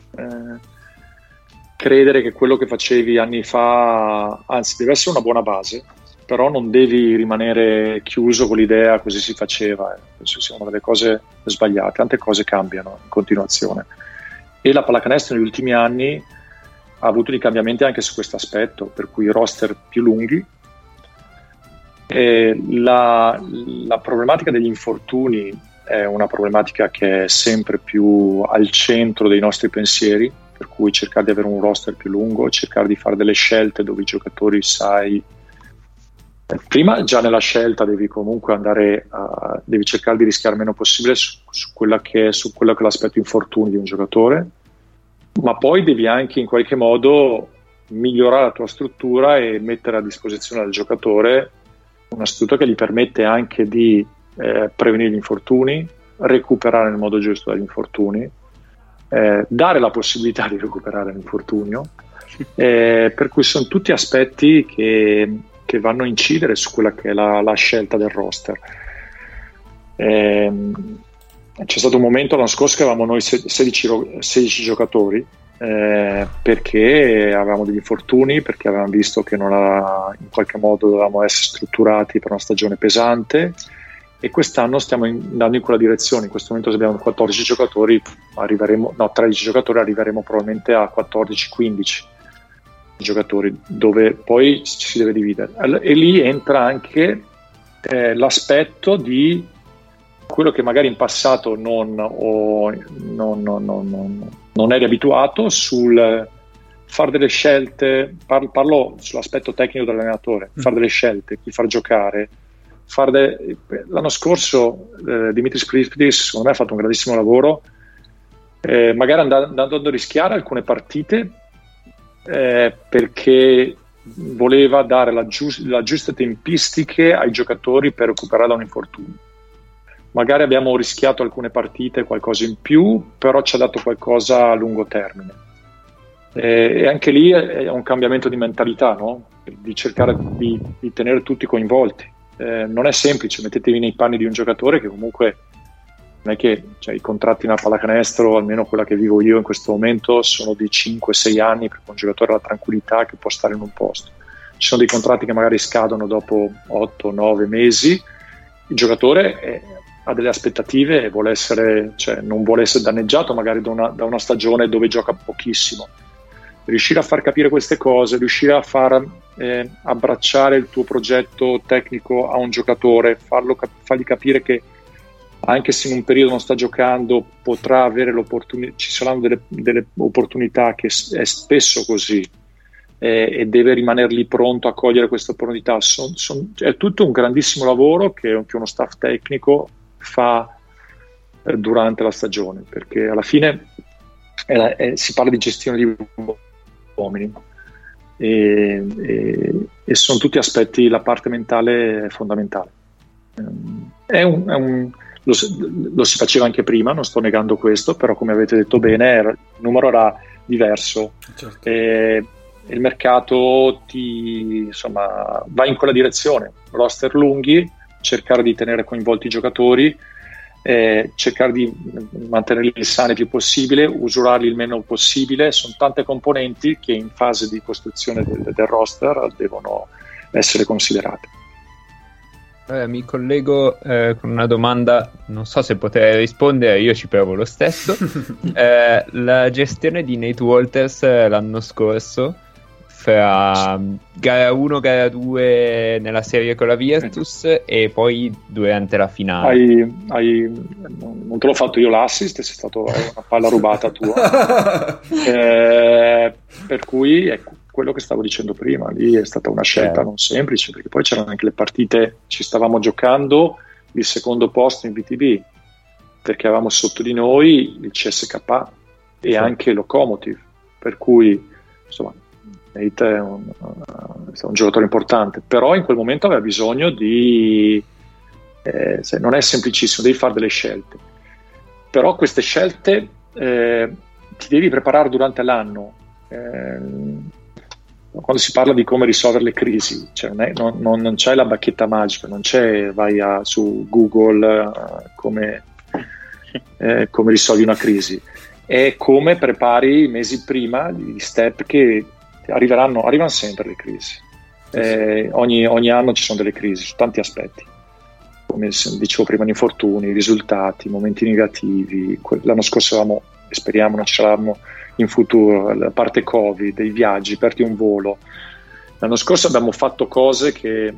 credere che quello che facevi anni fa, anzi deve essere una buona base, però non devi rimanere chiuso con l'idea così si faceva. Penso sia una delle cose sbagliate. Tante cose cambiano in continuazione e la pallacanestro negli ultimi anni ha avuto dei cambiamenti anche su questo aspetto, per cui roster più lunghi. E la problematica degli infortuni è una problematica che è sempre più al centro dei nostri pensieri, per cui cercare di avere un roster più lungo, cercare di fare delle scelte dove i giocatori prima già nella scelta devi comunque devi cercare di rischiare il meno possibile su quello che è l'aspetto infortuni di un giocatore, ma poi devi anche in qualche modo migliorare la tua struttura e mettere a disposizione del giocatore una struttura che gli permette anche di prevenire gli infortuni, recuperare nel modo giusto dagli infortuni, dare la possibilità di recuperare l'infortunio, per cui sono tutti aspetti che vanno a incidere su quella che è la scelta del roster. C'è stato un momento l'anno scorso che avevamo noi 16 giocatori, perché avevamo degli infortuni, perché avevamo visto che in qualche modo dovevamo essere strutturati per una stagione pesante, e quest'anno stiamo andando in quella direzione. In questo momento, se abbiamo 14 giocatori, 13 giocatori, arriveremo probabilmente a 14-15 giocatori, dove poi ci si deve dividere, e lì entra anche l'aspetto di quello che magari in passato non eri abituato sul fare delle scelte. Parlo sull'aspetto tecnico dell'allenatore, fare delle scelte, chi far giocare, l'anno scorso Dimitris Krispidis secondo me ha fatto un grandissimo lavoro, magari andando a rischiare alcune partite, perché voleva dare la giuste tempistiche ai giocatori per recuperare da un infortunio. Magari abbiamo rischiato alcune partite, qualcosa in più, però ci ha dato qualcosa a lungo termine, e anche lì è un cambiamento di mentalità, no? Di cercare di tenere tutti coinvolti. Non è semplice, mettetevi nei panni di un giocatore che comunque non è che, cioè, i contratti nella pallacanestro, almeno quella che vivo io in questo momento, sono di 5-6 anni, perché un giocatore ha la tranquillità che può stare in un posto. Ci sono dei contratti che magari scadono dopo 8-9 mesi, il giocatore ha delle aspettative e non vuole essere danneggiato magari da una stagione dove gioca pochissimo. Riuscire a far capire queste cose, riuscire a far abbracciare il tuo progetto tecnico a un giocatore, fargli capire che anche se in un periodo non sta giocando potrà avere l'opportunità, ci saranno delle opportunità, che è spesso così, e deve rimanere lì pronto a cogliere queste opportunità. È tutto un grandissimo lavoro che uno staff tecnico fa durante la stagione, perché alla fine si parla di gestione di uomini, e sono tutti aspetti, la parte mentale è fondamentale. Lo si faceva anche prima, non sto negando questo, però come avete detto bene il numero era diverso, certo. E il mercato va in quella direzione: roster lunghi, cercare di tenere coinvolti i giocatori, cercare di mantenerli sani il più possibile, usurarli il meno possibile. Sono tante componenti che in fase di costruzione del roster devono essere considerate. Mi collego con una domanda, non so se potete rispondere, io ci provo lo stesso. La gestione di Nate Walters l'anno scorso fra gara 1, gara 2 nella serie con la Virtus e poi durante la finale. Non te l'ho fatto io l'assist, è una palla rubata tua. Per cui ecco, quello che stavo dicendo prima, lì è stata una scelta non semplice, perché poi c'erano anche le partite, ci stavamo giocando il secondo posto in VTB, perché avevamo sotto di noi il CSKA e anche Lokomotiv, per cui insomma Nate è un giocatore importante, però in quel momento aveva bisogno di non è semplicissimo, devi fare delle scelte, però queste scelte ti devi preparare durante l'anno, quando si parla di come risolvere le crisi, cioè non c'è la bacchetta magica, non c'è vai su Google come risolvi una crisi, è come prepari mesi prima gli step che arrivano sempre le crisi. Ogni anno ci sono delle crisi su tanti aspetti, come dicevo prima, gli infortuni, i risultati, i momenti negativi. L'anno scorso avevamo, e speriamo non ce l'avevamo in futuro, la parte Covid, i viaggi, perdi un volo. L'anno scorso abbiamo fatto cose che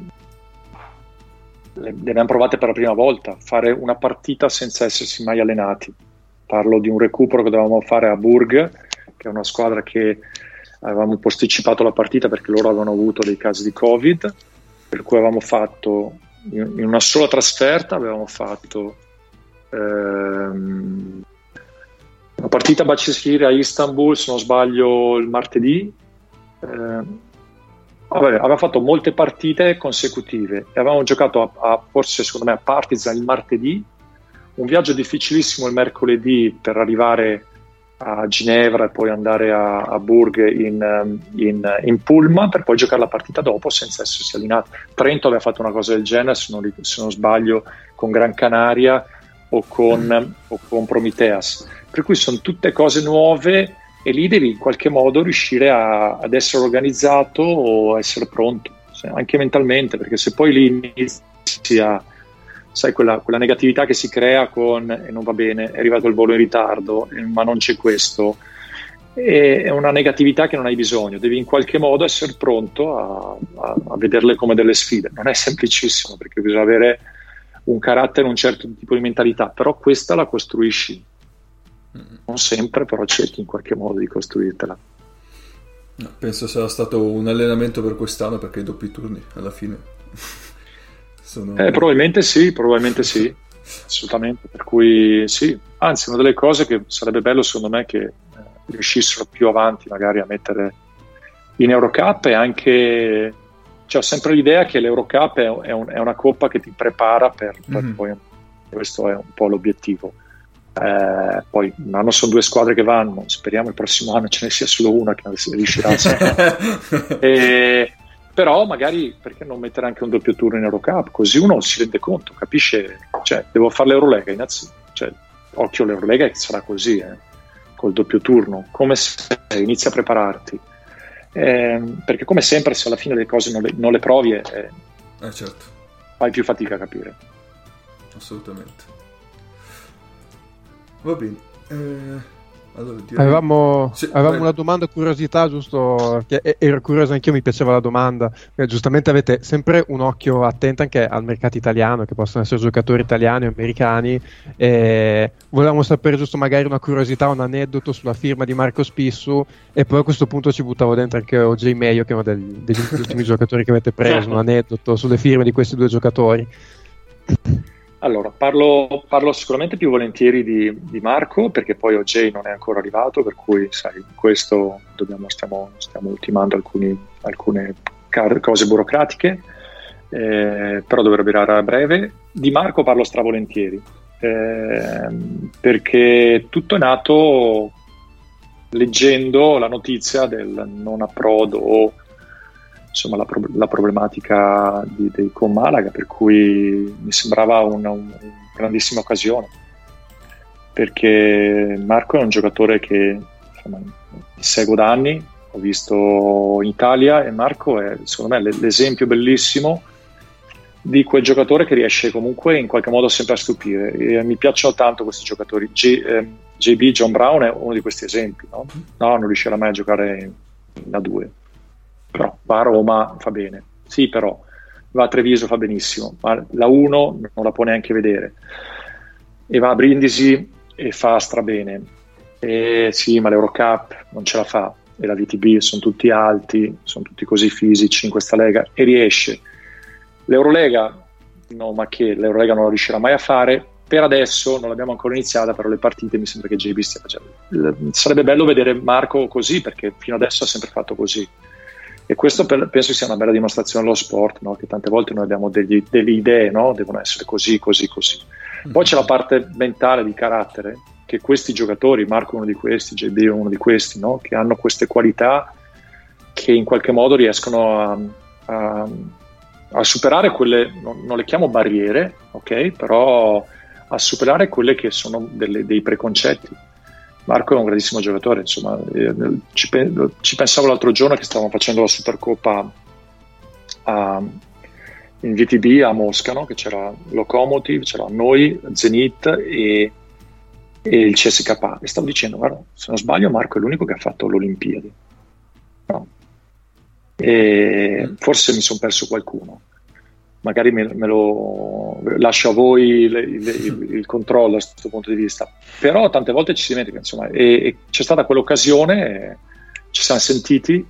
le abbiamo provate per la prima volta, fare una partita senza essersi mai allenati. Parlo di un recupero che dovevamo fare a Burg, che è una squadra che avevamo posticipato la partita perché loro avevano avuto dei casi di Covid, per cui avevamo fatto in una sola trasferta avevamo fatto una partita a Başakşehir a Istanbul, se non sbaglio, il martedì. Aveva fatto molte partite consecutive e avevamo giocato forse secondo me a Partizan il martedì, un viaggio difficilissimo il mercoledì per arrivare a Ginevra e poi andare a Burg in pullman per poi giocare la partita dopo senza essersi allenati. Trento aveva fatto una cosa del genere, se non sbaglio, con Gran Canaria o con Prometheas, per cui sono tutte cose nuove e lì devi in qualche modo riuscire ad essere organizzato o essere pronto, anche mentalmente, perché se poi lì inizi sai quella negatività che si crea e non va bene, è arrivato il volo in ritardo, ma non c'è questo, è una negatività che non hai bisogno, devi in qualche modo essere pronto a vederle come delle sfide. Non è semplicissimo perché bisogna avere un carattere, un certo tipo di mentalità, però questa la costruisci, non sempre, però cerchi in qualche modo di costruirtela. No, penso sarà stato un allenamento per quest'anno, perché i doppi turni alla fine probabilmente sì, assolutamente, per cui sì, anzi una delle cose che sarebbe bello secondo me che riuscissero più avanti magari a mettere in Eurocup, e anche ho sempre l'idea che l'Eurocup è una coppa che ti prepara per poi, questo è un po' l'obiettivo. Poi un anno sono 2 squadre che vanno, speriamo il prossimo anno ce ne sia solo una che riuscirà a però magari perché non mettere anche un doppio turno in Eurocup, così uno si rende conto, capisce, cioè devo fare l'Eurolega innanzitutto, cioè occhio l'Eurolega che sarà così, col doppio turno, come se inizi a prepararti, perché come sempre se alla fine le cose non le provi certo, fai più fatica a capire. Assolutamente. Va bene. Allora, avevamo una domanda, curiosità, giusto, che ero curioso anch'io, mi piaceva la domanda. Giustamente avete sempre un occhio attento anche al mercato italiano, che possono essere giocatori italiani o americani, volevamo sapere giusto magari una curiosità, un aneddoto sulla firma di Marco Spissu, e poi a questo punto ci buttavo dentro anche OJ Mayo, che è uno degli ultimi giocatori che avete preso, un aneddoto sulle firme di questi 2 giocatori. Allora, parlo sicuramente più volentieri di Marco, perché poi OJ non è ancora arrivato, per cui sai, in questo stiamo ultimando alcune cose burocratiche, però dovrebbe arrivare a breve. Di Marco parlo stravolentieri, perché tutto è nato leggendo la notizia del non approdo o insomma la problematica con Malaga, per cui mi sembrava una grandissima occasione, perché Marco è un giocatore che insomma, seguo da anni, ho visto in Italia, e Marco è secondo me l'esempio bellissimo di quel giocatore che riesce comunque in qualche modo sempre a stupire, e mi piacciono tanto questi giocatori. JB, John Brown è uno di questi esempi, no? Non riuscirà mai a giocare in A2, però va a Roma, fa bene. Sì, però va a Treviso, fa benissimo, ma la 1 non la può neanche vedere. E va a Brindisi e fa strabene. E sì, ma l'Eurocup non ce la fa. E la VTB sono tutti alti, sono tutti così fisici in questa lega, e riesce. L'Eurolega, no, ma che l'Eurolega non la riuscirà mai a fare. Per adesso non l'abbiamo ancora iniziata, però le partite mi sembra che JB stia facendo. Sarebbe bello vedere Marco così, perché fino adesso ha sempre fatto così. E questo penso sia una bella dimostrazione dello sport, no? Che tante volte noi abbiamo delle idee, no? Devono essere così. Poi c'è la parte mentale, di carattere, che questi giocatori, Marco è uno di questi, JB è uno di questi, no? Che hanno queste qualità che in qualche modo riescono a superare quelle, non le chiamo barriere, ok? Però a superare quelle che sono dei preconcetti. Marco è un grandissimo giocatore, insomma, ci pensavo l'altro giorno che stavamo facendo la Supercoppa in VTB a Mosca, no? Che c'era Lokomotiv, c'era noi, Zenit e il CSKA, e stavo dicendo, guarda, se non sbaglio Marco è l'unico che ha fatto l'Olimpiadi, no? E forse mi sono perso qualcuno, magari me lo lascio a voi il controllo da questo punto di vista, però tante volte ci si dimentica, insomma, e c'è stata quell'occasione, ci siamo sentiti,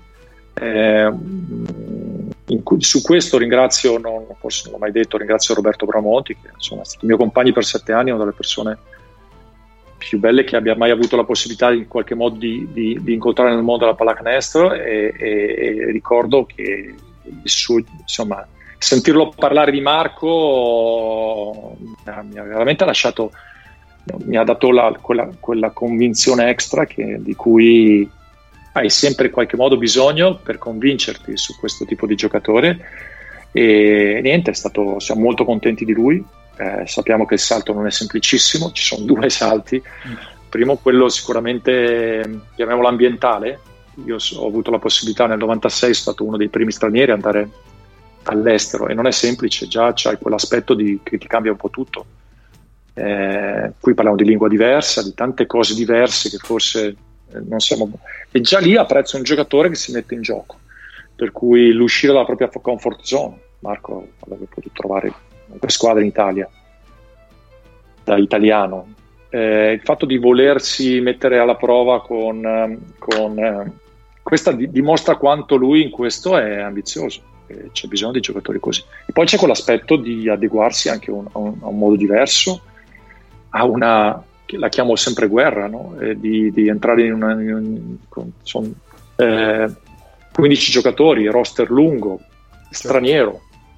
su questo ringrazio, forse non l'ho mai detto, ringrazio Roberto Bramonti, che insomma è stato mio compagno per 7 anni, una delle persone più belle che abbia mai avuto la possibilità in qualche modo di incontrare nel mondo della pallacanestro, e ricordo che il suo, insomma, sentirlo parlare di Marco mi ha veramente lasciato, mi ha dato quella convinzione extra di cui hai sempre in qualche modo bisogno per convincerti su questo tipo di giocatore. E niente, siamo molto contenti di lui. Sappiamo che il salto non è semplicissimo, ci sono 2 salti. Primo, quello sicuramente, chiamiamolo ambientale. Io ho avuto la possibilità nel 96, sono stato uno dei primi stranieri ad andare all'estero, e non è semplice, già c'hai quell'aspetto che ti cambia un po' tutto. Qui parliamo di lingua diversa, di tante cose diverse che forse non siamo, e già lì apprezzo un giocatore che si mette in gioco, per cui l'uscire dalla propria comfort zone. Marco avrebbe potuto trovare una squadra in Italia da italiano, il fatto di volersi mettere alla prova con questa dimostra quanto lui in questo è ambizioso, e c'è bisogno di giocatori così. E poi c'è quell'aspetto di adeguarsi anche a un modo diverso, a una, che la chiamo sempre guerra, no? Di entrare sono 15 giocatori, roster lungo, straniero,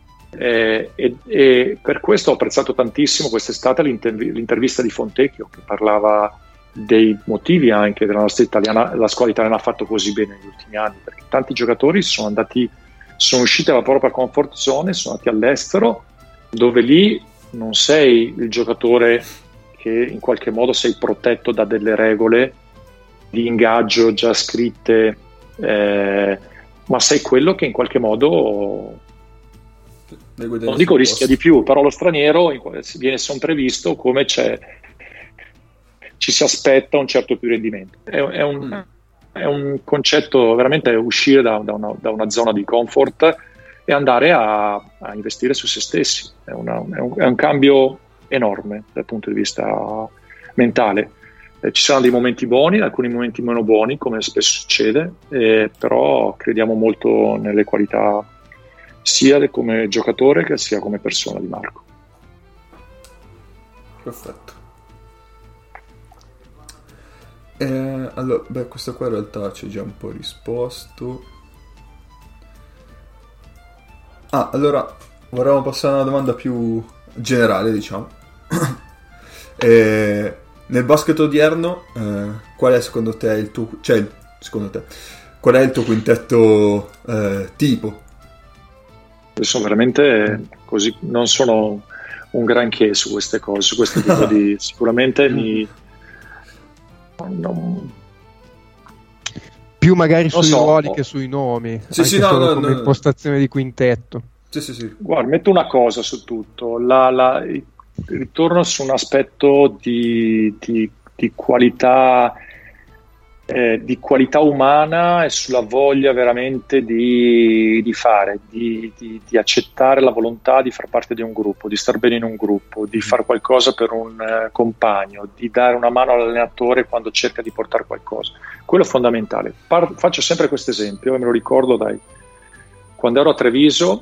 e per questo ho apprezzato tantissimo quest'estate l'intervista di Fontecchio, che parlava dei motivi anche della nostra italiana, la squadra italiana ha fatto così bene negli ultimi anni, perché tanti giocatori sono usciti dalla propria comfort zone, sono andati all'estero, dove lì non sei il giocatore che in qualche modo sei protetto da delle regole di ingaggio già scritte, ma sei quello che in qualche modo, non dico rischia di più, però lo straniero viene sempre visto come ci si aspetta un certo più rendimento. È un concetto veramente, uscire da una zona di comfort e andare a investire su se stessi. È un cambio enorme dal punto di vista mentale. Ci saranno dei momenti buoni, alcuni momenti meno buoni, come spesso succede, però crediamo molto nelle qualità sia come giocatore che sia come persona di Marco. Perfetto. Allora, questo qua in realtà ci ho già un po' risposto. Allora vorremmo passare a una domanda più generale, diciamo. Nel basket odierno, qual è secondo te il tuo, qual è il tuo quintetto tipo? Sono veramente così, non sono un granché su queste cose, su questo tipo di, sicuramente più magari sui ruoli che sui nomi, come impostazione di quintetto. Sì. Guarda, metto una cosa su tutto, ritorno su un aspetto di qualità di qualità umana e sulla voglia veramente di fare, di accettare la volontà di far parte di un gruppo, di star bene in un gruppo, di fare qualcosa per un compagno, di dare una mano all'allenatore quando cerca di portare qualcosa. Quello è fondamentale. Faccio sempre questo esempio e me lo ricordo quando ero a Treviso,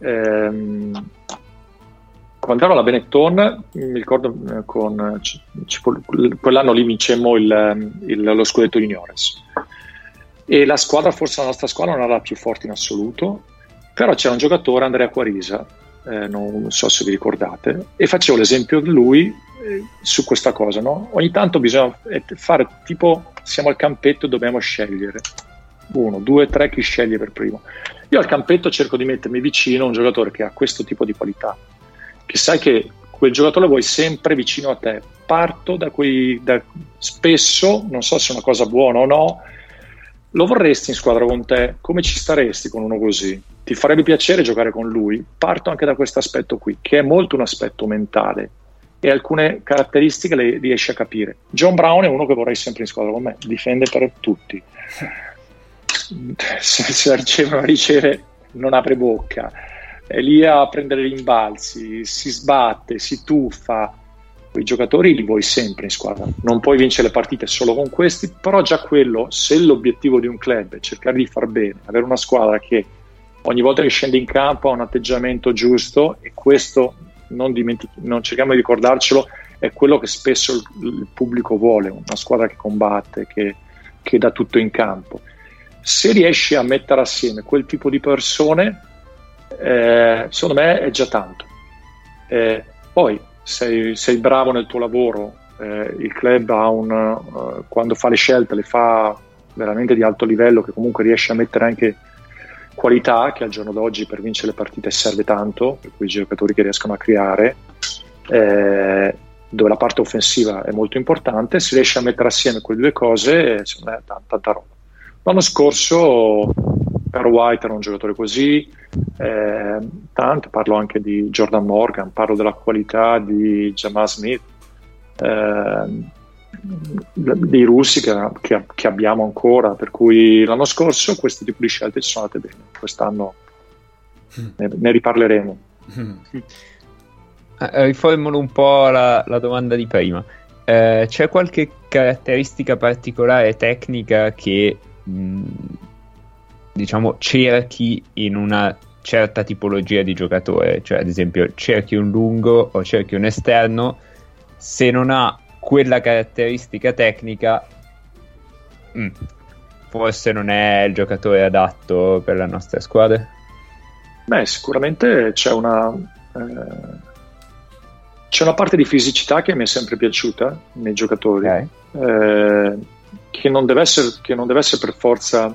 quando ero alla Benetton, mi ricordo quell'anno lì vincemmo lo scudetto juniores e la squadra, forse la nostra squadra non era la più forte in assoluto, però c'era un giocatore, Andrea Quarisa, non so se vi ricordate, e facevo l'esempio di lui su questa cosa, no? Ogni tanto bisogna fare tipo, siamo al campetto, dobbiamo scegliere 1, 2, 3 chi sceglie per primo. Io al campetto cerco di mettermi vicino a un giocatore che ha questo tipo di qualità, che sai che quel giocatore lo vuoi sempre vicino a te. Parto spesso, non so se è una cosa buona o no, lo vorresti in squadra con te? Come ci staresti con uno così? Ti farebbe piacere giocare con lui? Parto anche da questo aspetto qui, che è molto un aspetto mentale e alcune caratteristiche le riesci a capire. John Brown è uno che vorrei sempre in squadra con me, difende per tutti, se la riceve non apre bocca, è lì a prendere rimbalzi, si sbatte, si tuffa. Quei giocatori li vuoi sempre in squadra. Non puoi vincere le partite solo con questi, però già quello, se l'obiettivo di un club è cercare di far bene, avere una squadra che ogni volta che scende in campo ha un atteggiamento giusto, e questo non cerchiamo di ricordarcelo, è quello che spesso il pubblico vuole, una squadra che combatte, che dà tutto in campo. Se riesci a mettere assieme quel tipo di persone, secondo me è già tanto. Poi sei bravo nel tuo lavoro, il club ha quando fa le scelte le fa veramente di alto livello, che comunque riesce a mettere anche qualità, che al giorno d'oggi per vincere le partite serve tanto, per cui i giocatori che riescono a creare, dove la parte offensiva è molto importante, si riesce a mettere assieme quelle due cose, secondo me è tanta roba. L'anno scorso Per White era un giocatore così, tanto parlo anche di Jordan Morgan, parlo della qualità di Jamal Smith, dei russi che abbiamo ancora, per cui l'anno scorso questo tipo di scelte ci sono andate bene, quest'anno ne riparleremo. Riformulo un po' la domanda di prima. C'è qualche caratteristica particolare tecnica che diciamo cerchi in una certa tipologia di giocatore? Cioè, ad esempio, cerchi un lungo o cerchi un esterno, se non ha quella caratteristica tecnica forse non è il giocatore adatto per la nostra squadra? Beh, sicuramente c'è una parte di fisicità che mi è sempre piaciuta nei giocatori, okay. Che non deve essere per forza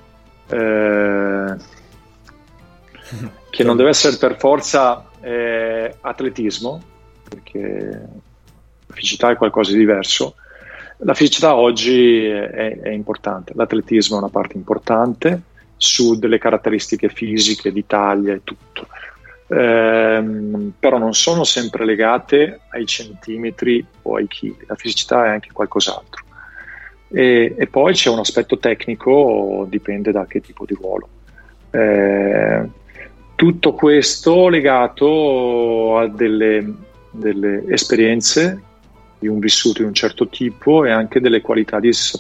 non deve essere per forza atletismo, perché la fisicità è qualcosa di diverso. La fisicità oggi è importante, l'atletismo è una parte importante su delle caratteristiche fisiche di taglia e tutto, però non sono sempre legate ai centimetri o ai chili. La fisicità è anche qualcos'altro, e poi c'è un aspetto tecnico, dipende da che tipo di ruolo. Tutto questo di delle esperienze, di un vissuto di un certo tipo, e anche delle qualità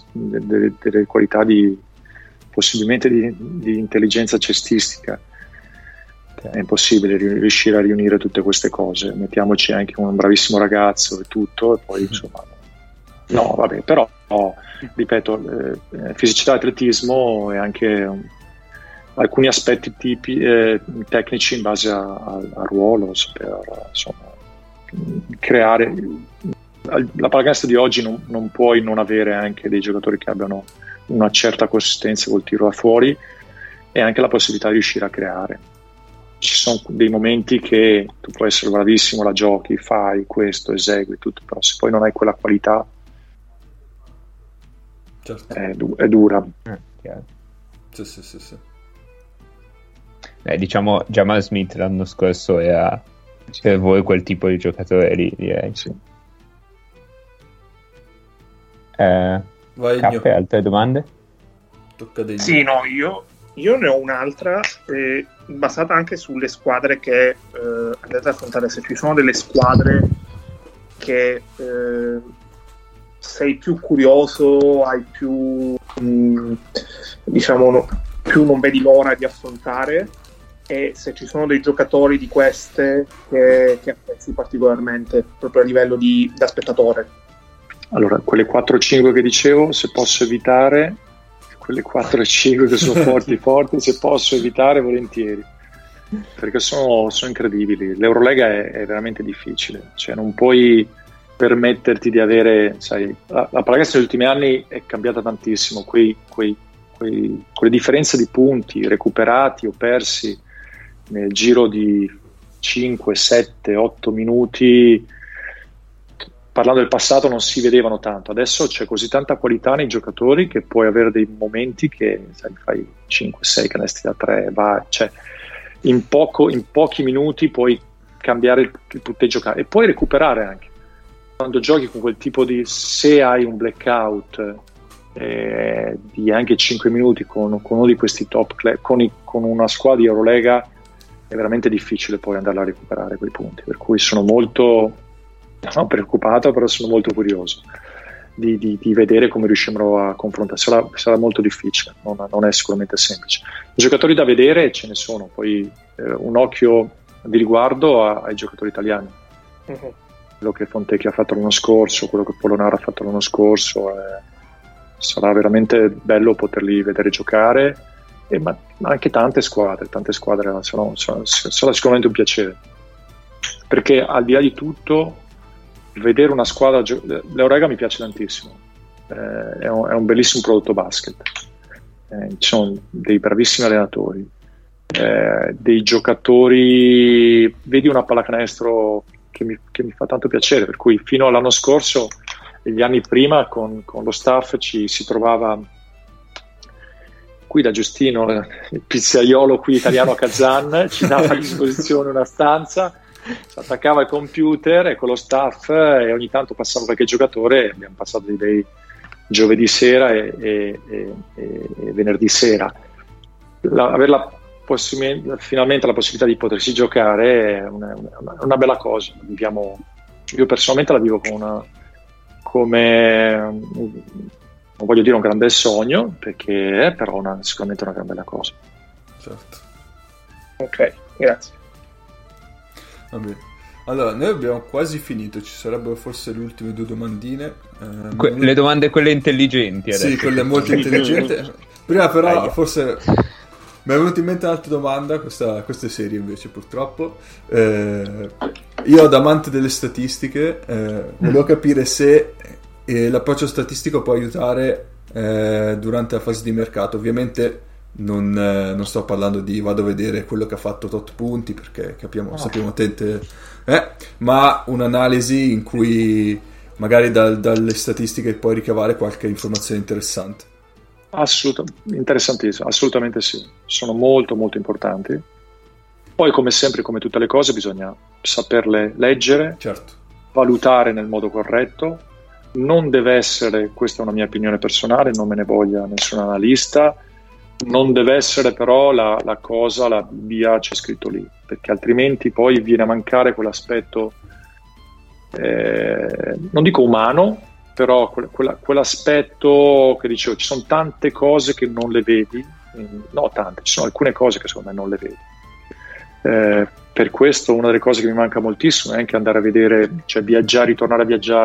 possibilmente di intelligenza cestistica. È impossibile riuscire a riunire tutte queste cose. Mettiamoci anche un bravissimo ragazzo e tutto, e poi insomma no, vabbè, però ripeto, fisicità e atletismo, e anche alcuni aspetti tecnici in base al ruolo, per insomma creare. La pallacanestro di oggi non puoi non avere anche dei giocatori che abbiano una certa consistenza col tiro da fuori, e anche la possibilità di riuscire a creare. Ci sono dei momenti che tu puoi essere bravissimo, la giochi, fai questo, esegui tutto, però se poi non hai quella qualità, certo, è dura. Sì. Diciamo Jamal Smith l'anno scorso era per voi quel tipo di giocatore lì, direi. Sì. Vai, Cappe, altre domande? Tocca degli. Sì, no, io ne ho un'altra basata anche sulle squadre che andate ad affrontare. Se ci sono delle squadre che sei più curioso, hai più diciamo più non vedi l'ora di affrontare, e se ci sono dei giocatori di queste che apprezzi particolarmente proprio a livello da spettatore. Allora, quelle 4-5 che dicevo, se posso evitare, quelle 4-5 che sono forti, se posso evitare, volentieri, perché sono incredibili. L'Eurolega è veramente difficile, cioè non puoi permetterti di avere, sai, la pallacanestro negli ultimi anni è cambiata tantissimo, quelle differenze di punti recuperati o persi nel giro di 5, 7, 8 minuti, parlando del passato, non si vedevano tanto. Adesso c'è così tanta qualità nei giocatori che puoi avere dei momenti che, sai, fai 5-6 canestri da 3, cioè in pochi minuti puoi cambiare il punteggio e puoi recuperare anche. Quando giochi con quel tipo di, se hai un blackout di anche 5 minuti con uno di questi top club, con una squadra di Eurolega, è veramente difficile poi andarla a recuperare quei punti, per cui sono molto, non preoccupato, però sono molto curioso di vedere come riusciremo a confrontare. Sarà molto difficile, non è sicuramente semplice. Giocatori da vedere ce ne sono, poi un occhio di riguardo ai giocatori italiani. Quello che Fontecchi ha fatto l'anno scorso, quello che Polonara ha fatto l'anno scorso, sarà veramente bello poterli vedere giocare, ma anche tante squadre sono sicuramente un piacere, perché al di là di tutto vedere una squadra, l'Eurega mi piace tantissimo, è un bellissimo prodotto basket, ci sono dei bravissimi allenatori, dei giocatori, vedi una pallacanestro che mi fa tanto piacere, per cui fino all'anno scorso e gli anni prima con lo staff ci si trovava qui da Giustino, il pizzaiolo qui italiano a Kazan, ci dava a disposizione una stanza, si attaccava al computer e con lo staff, e ogni tanto passava qualche giocatore. Abbiamo passato dei bei giovedì sera e venerdì sera. Avere finalmente la possibilità di potersi giocare è una bella cosa. Io personalmente la vivo come non voglio dire un grande sogno, perché è però sicuramente una gran bella cosa. Certo. Ok, grazie. Va bene. Allora, noi abbiamo quasi finito, ci sarebbero forse le ultime 2 domandine. Le domande quelle intelligenti adesso. Sì, quelle molto intelligenti. Prima però forse mi è venuta in mente un'altra domanda, questa è seria invece purtroppo. Io da amante delle statistiche volevo capire se l'approccio statistico può aiutare durante la fase di mercato. Ovviamente non sto parlando di vado a vedere quello che ha fatto tot punti, perché sappiamo tante, ma un'analisi in cui magari dalle statistiche puoi ricavare qualche informazione interessante. Interessantissimo, assolutamente sì, sono molto molto importanti. Poi, come sempre, come tutte le cose, bisogna saperle leggere, certo, valutare nel modo corretto. Non deve essere, questa è una mia opinione personale, non me ne voglia nessun analista, non deve essere però la Bibbia c'è scritto lì, perché altrimenti poi viene a mancare quell'aspetto, non dico umano, però quell'aspetto che dicevo, ci sono tante cose che non le vedi, no tante, ci sono alcune cose che secondo me non le vedi. Per questo una delle cose che mi manca moltissimo è anche andare a vedere, cioè viaggiare, ritornare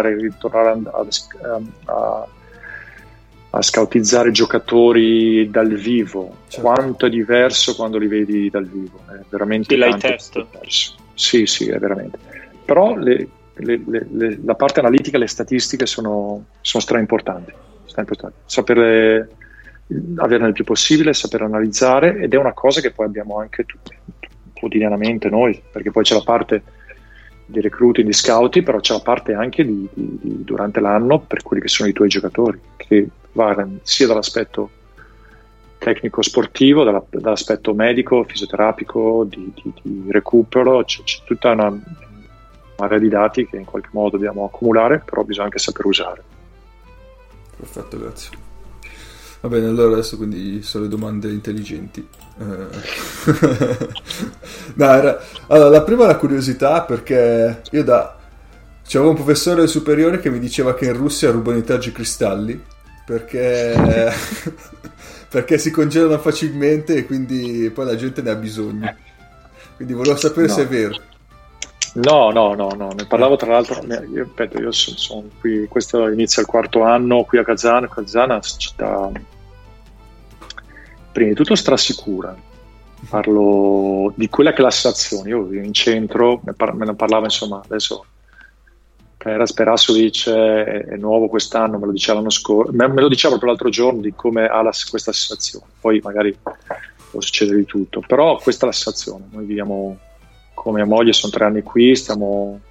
a scoutizzare giocatori dal vivo. Certo. Quanto è diverso quando li vedi dal vivo, è veramente tanto diverso. Sì, è veramente. Però la parte analitica, le statistiche sono straimportanti. Saperle, averne il più possibile, saper analizzare, ed è una cosa che poi abbiamo anche tutti quotidianamente noi, perché poi c'è la parte di recruiting, di scouting, però c'è la parte anche di durante l'anno per quelli che sono i tuoi giocatori, che variano sia dall'aspetto tecnico sportivo, dall'aspetto medico, fisioterapico, di recupero. C'è tutta una marea di dati che in qualche modo dobbiamo accumulare, però bisogna anche saper usare. Perfetto, grazie. Va bene, allora adesso quindi sono le domande intelligenti. No, allora, la prima è la curiosità, perché io c'avevo un professore superiore che mi diceva che in Russia rubano i tergicristalli perché perché si congelano facilmente e quindi poi la gente ne ha bisogno. Quindi volevo sapere se è vero. No, ne parlavo tra l'altro. Io sono qui, questo inizia il 4º anno qui a Kazan. Kazan è una città prima di tutto strasicura. Parlo di quella che è la situazione. Io vivo in centro, me ne parlava, insomma, adesso Sperasovic è nuovo quest'anno, me lo diceva l'anno scorso, me lo diceva proprio l'altro giorno di come ha questa situazione. Poi magari può succedere di tutto, però questa è la situazione. Noi viviamo con mia moglie, sono 3 anni qui, stiamo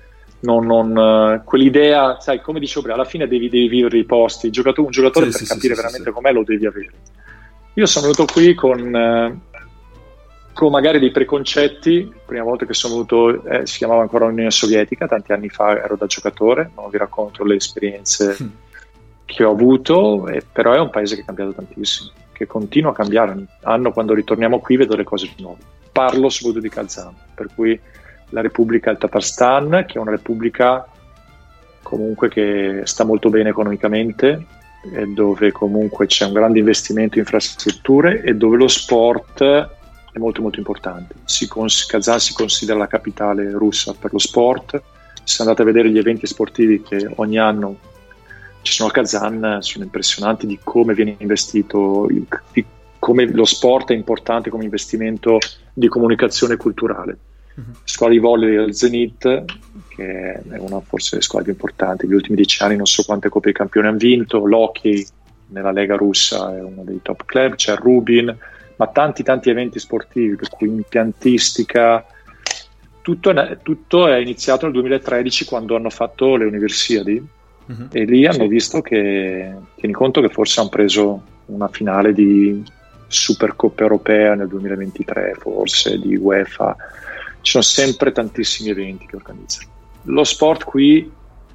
quell'idea, sai, come dicevo prima, alla fine devi vivere i posti. Un giocatore per capire veramente com'è lo devi avere. Io sono venuto qui con magari dei preconcetti. La prima volta che sono venuto si chiamava ancora Unione Sovietica, tanti anni fa ero da giocatore, non vi racconto le esperienze che ho avuto, però è un paese che è cambiato tantissimo, che continua a cambiare. Ogni anno quando ritorniamo qui vedo le cose nuove. Parlo soprattutto di Kazan, per cui la Repubblica del Tatarstan, che è una repubblica comunque che sta molto bene economicamente, e dove comunque c'è un grande investimento in infrastrutture e dove lo sport è molto molto importante. Kazan si considera la capitale russa per lo sport. Se andate a vedere gli eventi sportivi che ogni anno ci sono a Kazan, sono impressionanti di come viene investito, di come lo sport è importante come investimento di comunicazione culturale. Scuola di volley del Zenit, che è una forse delle squadre più importanti, negli ultimi 10 anni non so quante coppe di campione hanno vinto. L'hockey nella Lega russa è uno dei top club, c'è il Rubin, ma tanti eventi sportivi, per cui impiantistica, tutto è iniziato nel 2013 quando hanno fatto le Universiadi, e lì hanno visto che, tieni conto che forse hanno preso una finale di Supercoppa europea nel 2023, forse di UEFA. Ci sono sempre tantissimi eventi che organizzano. Lo sport qui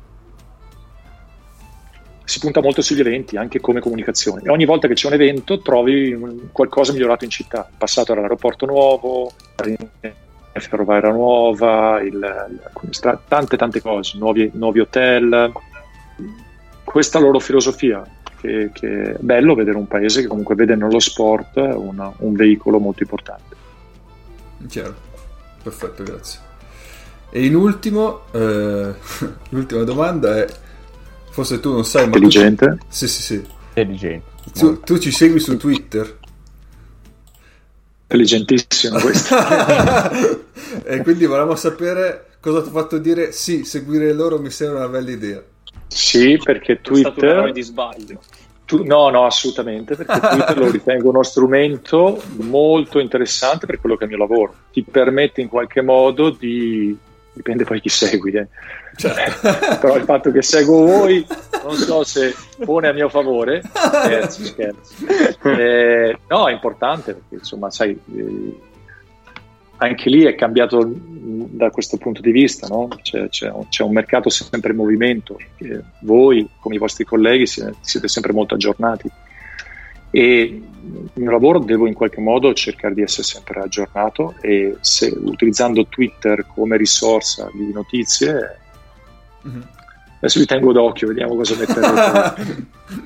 si punta molto sugli eventi, anche come comunicazione, e ogni volta che c'è un evento trovi qualcosa migliorato in città. In passato era l'aeroporto nuovo, la linea ferroviaria nuova, tante cose, nuovi hotel. Questa loro filosofia, che è bello vedere un paese che comunque vede nello sport un veicolo molto importante. Chiaro. Perfetto, grazie. E in ultimo, l'ultima domanda è, forse tu non sai, ma intelligente? Sì. Intelligente. Tu ci segui su Twitter? Intelligentissimo questo. E quindi volevamo sapere cosa ti ha fatto dire sì, seguire loro mi sembra una bella idea. Sì, perché Twitter... È stato un errore di sbaglio. No, assolutamente, perché Twitter lo ritengo uno strumento molto interessante per quello che è il mio lavoro. Ti permette in qualche modo dipende poi chi segui, certo. Però il fatto che seguo voi non so se pone a mio favore. Scherzo. No, è importante perché insomma, sai, anche lì è cambiato da questo punto di vista, no? C'è un mercato sempre in movimento, voi come i vostri colleghi siete sempre molto aggiornati, e il mio lavoro devo in qualche modo cercare di essere sempre aggiornato, e utilizzando Twitter come risorsa di notizie, adesso vi tengo d'occhio, vediamo cosa metterete.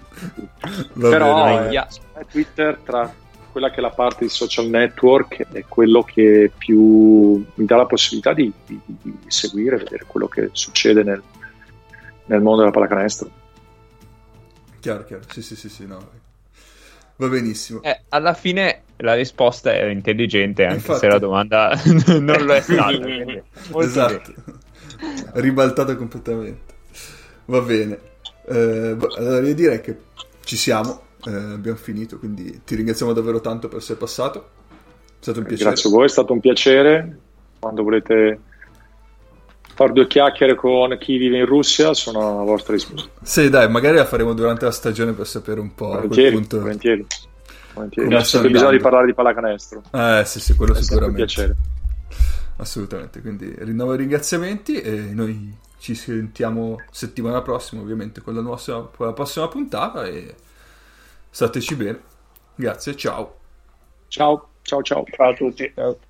Però Twitter, tra quella che è la parte di social network, è quello che più mi dà la possibilità di seguire, vedere quello che succede nel mondo della pallacanestro. Chiaro, sì, no. Va benissimo. Alla fine la risposta era intelligente, anche infatti, se la domanda non lo è stata. Esatto, ribaltata completamente. Va bene. Allora io direi che ci siamo. Abbiamo finito, quindi ti ringraziamo davvero tanto per essere passato, è stato un piacere. Grazie a voi, è stato un piacere. Quando volete fare 2 chiacchiere con chi vive in Russia sono a vostra disposizione. Sì, dai, magari la faremo durante la stagione per sapere un po' volentieri. Ho sempre bisogno di parlare di pallacanestro. Sì, quello è sicuramente. Un piacere. Assolutamente, quindi rinnovo i ringraziamenti e noi ci sentiamo settimana prossima, ovviamente, con la prossima puntata, e stateci bene. Grazie, ciao. Ciao a tutti. Ciao.